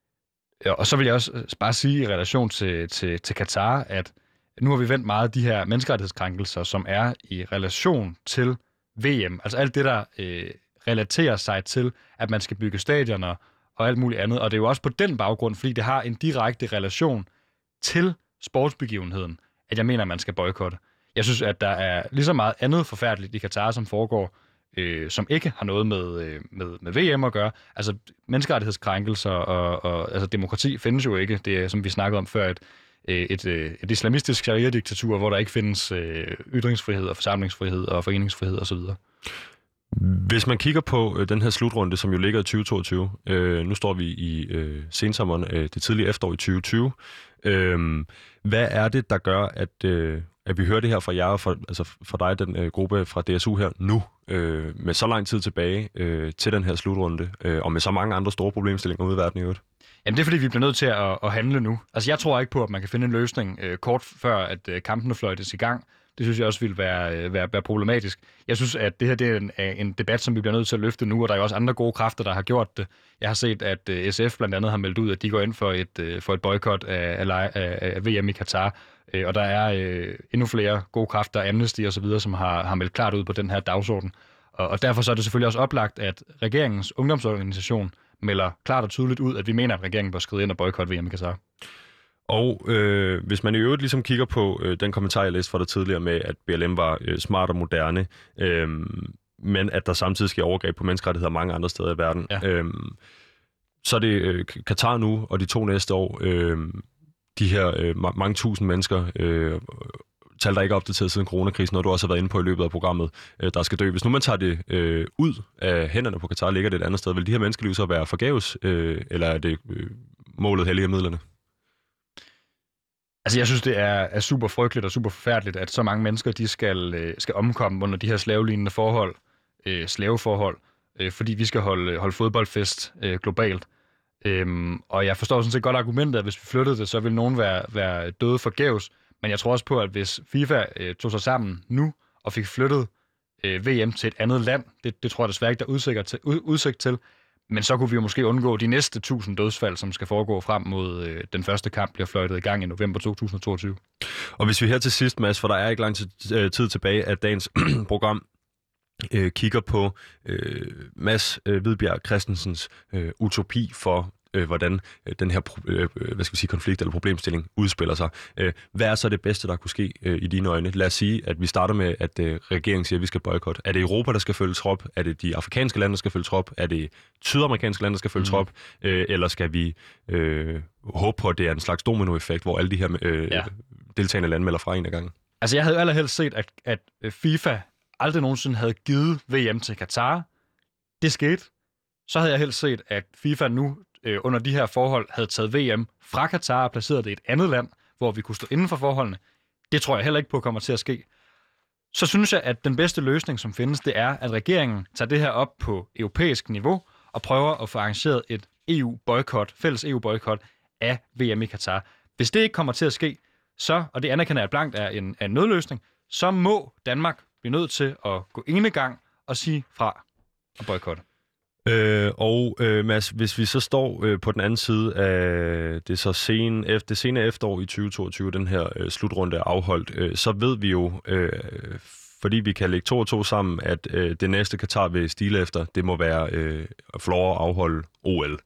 og så vil jeg også bare sige i relation til, til, til Katar, at nu har vi vendt meget af de her menneskerettighedskrænkelser, som er i relation til V M. Altså alt det, der øh, relaterer sig til, at man skal bygge stadioner og alt muligt andet. Og det er jo også på den baggrund, fordi det har en direkte relation til sportsbegivenheden, at jeg mener, at man skal boykotte. Jeg synes, at der er lige så meget andet forfærdeligt i Katar, som foregår, Øh, som ikke har noget med, øh, med, med V M at gøre. Altså menneskerettighedskrænkelser og, og altså, demokrati findes jo ikke. Det er, som vi snakkede om før, et, et, et, et islamistisk sharia-diktatur, hvor der ikke findes øh, ytringsfrihed og forsamlingsfrihed og foreningsfrihed osv. Hvis man kigger på øh, den her slutrunde, som jo ligger i tyve toogtyve, øh, nu står vi i øh, sensommeren, øh, det tidlige efterår i tyve tyve. Øh, hvad er det, der gør, at, øh, at vi hører det her fra jer, for, altså fra dig, den øh, gruppe fra D S U her, nu, øh, med så lang tid tilbage øh, til den her slutrunde, øh, og med så mange andre store problemstillinger ude i verden i øvrigt? Jamen det er fordi, vi bliver nødt til at, at handle nu. Altså jeg tror ikke på, at man kan finde en løsning øh, kort før, at øh, kampene fløjtes i gang. Det synes jeg også ville være, være, være problematisk. Jeg synes, at det her det er en, en debat, som vi bliver nødt til at løfte nu, og der er jo også andre gode kræfter, der har gjort det. Jeg har set, at uh, S F blandt andet har meldt ud, at de går ind for et, uh, for et boykot af, af, af V M i Katar. Uh, og der er uh, endnu flere gode kræfter, Amnesty og så videre, som har, har meldt klart ud på den her dagsorden. Og, og derfor så er det selvfølgelig også oplagt, at regeringens ungdomsorganisation melder klart og tydeligt ud, at vi mener, at regeringen bør skride ind og boykotte V M i Katar. Og øh, hvis man i øvrigt ligesom kigger på øh, den kommentar, jeg læste fra dig tidligere med, at B L M var øh, smart og moderne, øh, men at der samtidig sker overgreb på menneskerettigheder mange andre steder i verden, ja. øh, så er det øh, Katar nu og de to næste år, øh, de her øh, mange tusind mennesker, øh, tal der ikke er opdateret siden coronakrisen, og du også har været inde på i løbet af programmet, øh, der skal dø. Hvis nu man tager det øh, ud af hænderne på Katar, ligger det et andet sted, vil de her menneskeliv så være forgæves, øh, eller er det øh, målet hellige midlerne? Altså, jeg synes, det er, er super frygteligt og super forfærdeligt, at så mange mennesker, de skal, øh, skal omkomme under de her slavelignende forhold, øh, slaveforhold, øh, fordi vi skal holde, holde fodboldfest øh, globalt. Øhm, og jeg forstår sådan set godt argumentet, at hvis vi flyttede det, så ville nogen være, være døde forgæves. Men jeg tror også på, at hvis FIFA øh, tog sig sammen nu og fik flyttet øh, V M til et andet land, det, det tror jeg desværre ikke, der er udsigt til, ud, udsigt til. Men så kunne vi jo måske undgå de næste tusind dødsfald, som skal foregå frem mod øh, den første kamp, bliver fløjtet i gang i november to tusind toogtyve. Og hvis vi her til sidst, Mads, for der er ikke lang tid, tid tilbage af dagens program, øh, kigger på øh, Mads øh, Hvidbjerg Christensens øh, utopi for, øh, hvordan øh, den her øh, hvad skal vi sige, konflikt eller problemstilling udspiller sig. Øh, hvad er så det bedste, der kunne ske øh, i dine øjne? Lad os sige, at vi starter med, at øh, regeringen siger, at vi skal boykotte. Er det Europa, der skal følge trop? Er det de afrikanske lande, der skal følge trop? Er det sydamerikanske lande, der skal følge mm. trop? Øh, eller skal vi øh, håbe på, at det er en slags dominoeffekt, hvor alle de her øh, ja. deltagende lande melder fra en af gangen? Altså, jeg havde jo allerhelst set, at, at FIFA aldrig nogensinde havde givet V M til Katar. Det skete. Så havde jeg helst set, at FIFA nu øh, under de her forhold havde taget V M fra Katar og placeret det i et andet land, hvor vi kunne stå inden for forholdene. Det tror jeg heller ikke på kommer til at ske. Så synes jeg, at den bedste løsning, som findes, det er, at regeringen tager det her op på europæisk niveau og prøver at få arrangeret et E U-boykot, fælles E U-boykot af V M i Katar. Hvis det ikke kommer til at ske, så, og det anerkender jeg blankt er en, er en nødløsning, så må Danmark blive nødt til at gå enegang og sige fra og boykotte. Øh, og øh, Mads, hvis vi så står øh, på den anden side af det så sene, efter, det sene efterår i tyve toogtyve, den her øh, slutrunde er afholdt, øh, så ved vi jo, øh, fordi vi kan lægge to og to sammen, at øh, det næste Katar vil stile efter, det må være øh, at få lov at afholde O L.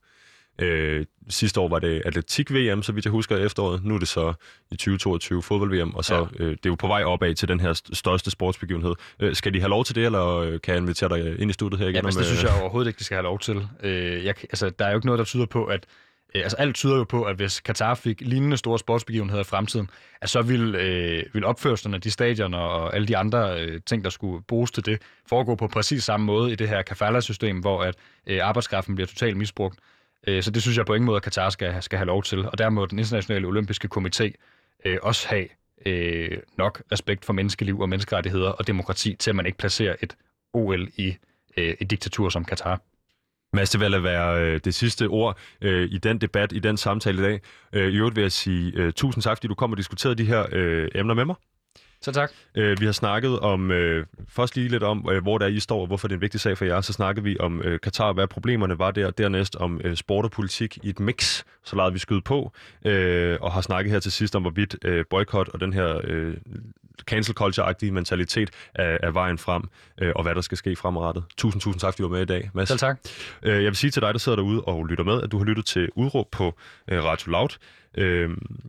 Øh, sidste år var det atletik-V M, så vidt jeg husker efteråret. Nu er det så i tyve toogtyve fodbold-V M, og så ja. øh, det er jo på vej opad til den her største sportsbegivenhed. Øh, skal de have lov til det, eller kan jeg invitere dig ind i studiet her igen? Ja, altså, det synes jeg overhovedet ikke, de skal have lov til. Øh, jeg, altså, der er jo ikke noget, der tyder på, at øh, altså alt tyder jo på, at hvis Katar fik lignende store sportsbegivenheder i fremtiden, at så ville, øh, ville opførelsen af de stadioner og alle de andre øh, ting, der skulle bruges til det, foregå på præcis samme måde i det her kafala-system, hvor at øh, arbejdskraften bliver totalt misbrugt. Så det synes jeg på ingen måde, at Katar skal, skal have lov til. Og der må den internationale olympiske komité øh, også have øh, nok respekt for menneskeliv og menneskerettigheder og demokrati, til at man ikke placerer et O L i øh, et diktatur som Katar. Mads, det vil lade være øh, det sidste ord øh, i den debat, i den samtale i dag. Øh, I øvrigt vil jeg sige øh, tusind tak, fordi du kom og diskuterede de her øh, emner med mig. Så tak. Øh, vi har snakket om, øh, først lige lidt om, øh, hvor der I står, og hvorfor det er en vigtig sag for jer. Så snakkede vi om øh, Katar, hvad problemerne var der. Dernæst om øh, sport og politik i et mix. Så lavede vi skyde på, øh, og har snakket her til sidst om, hvorvidt øh, boykot og den her øh, cancel culture-agtige mentalitet er, er vejen frem, øh, og hvad der skal ske fremadrettet. Tusind, tusind tak, fordi du var med i dag, Mads. Selv tak. Øh, jeg vil sige til dig, der sidder derude og lytter med, at du har lyttet til Udråb på øh, Radio Loud. Øh,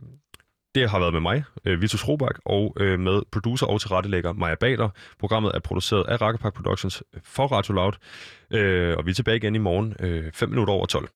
Det har været med mig, Vitus Robak, og med producer og tilrettelægger Maja Bader. Programmet er produceret af Rakkerpark Productions for Radio Loud, og vi er tilbage igen i morgen fem minutter over tolv.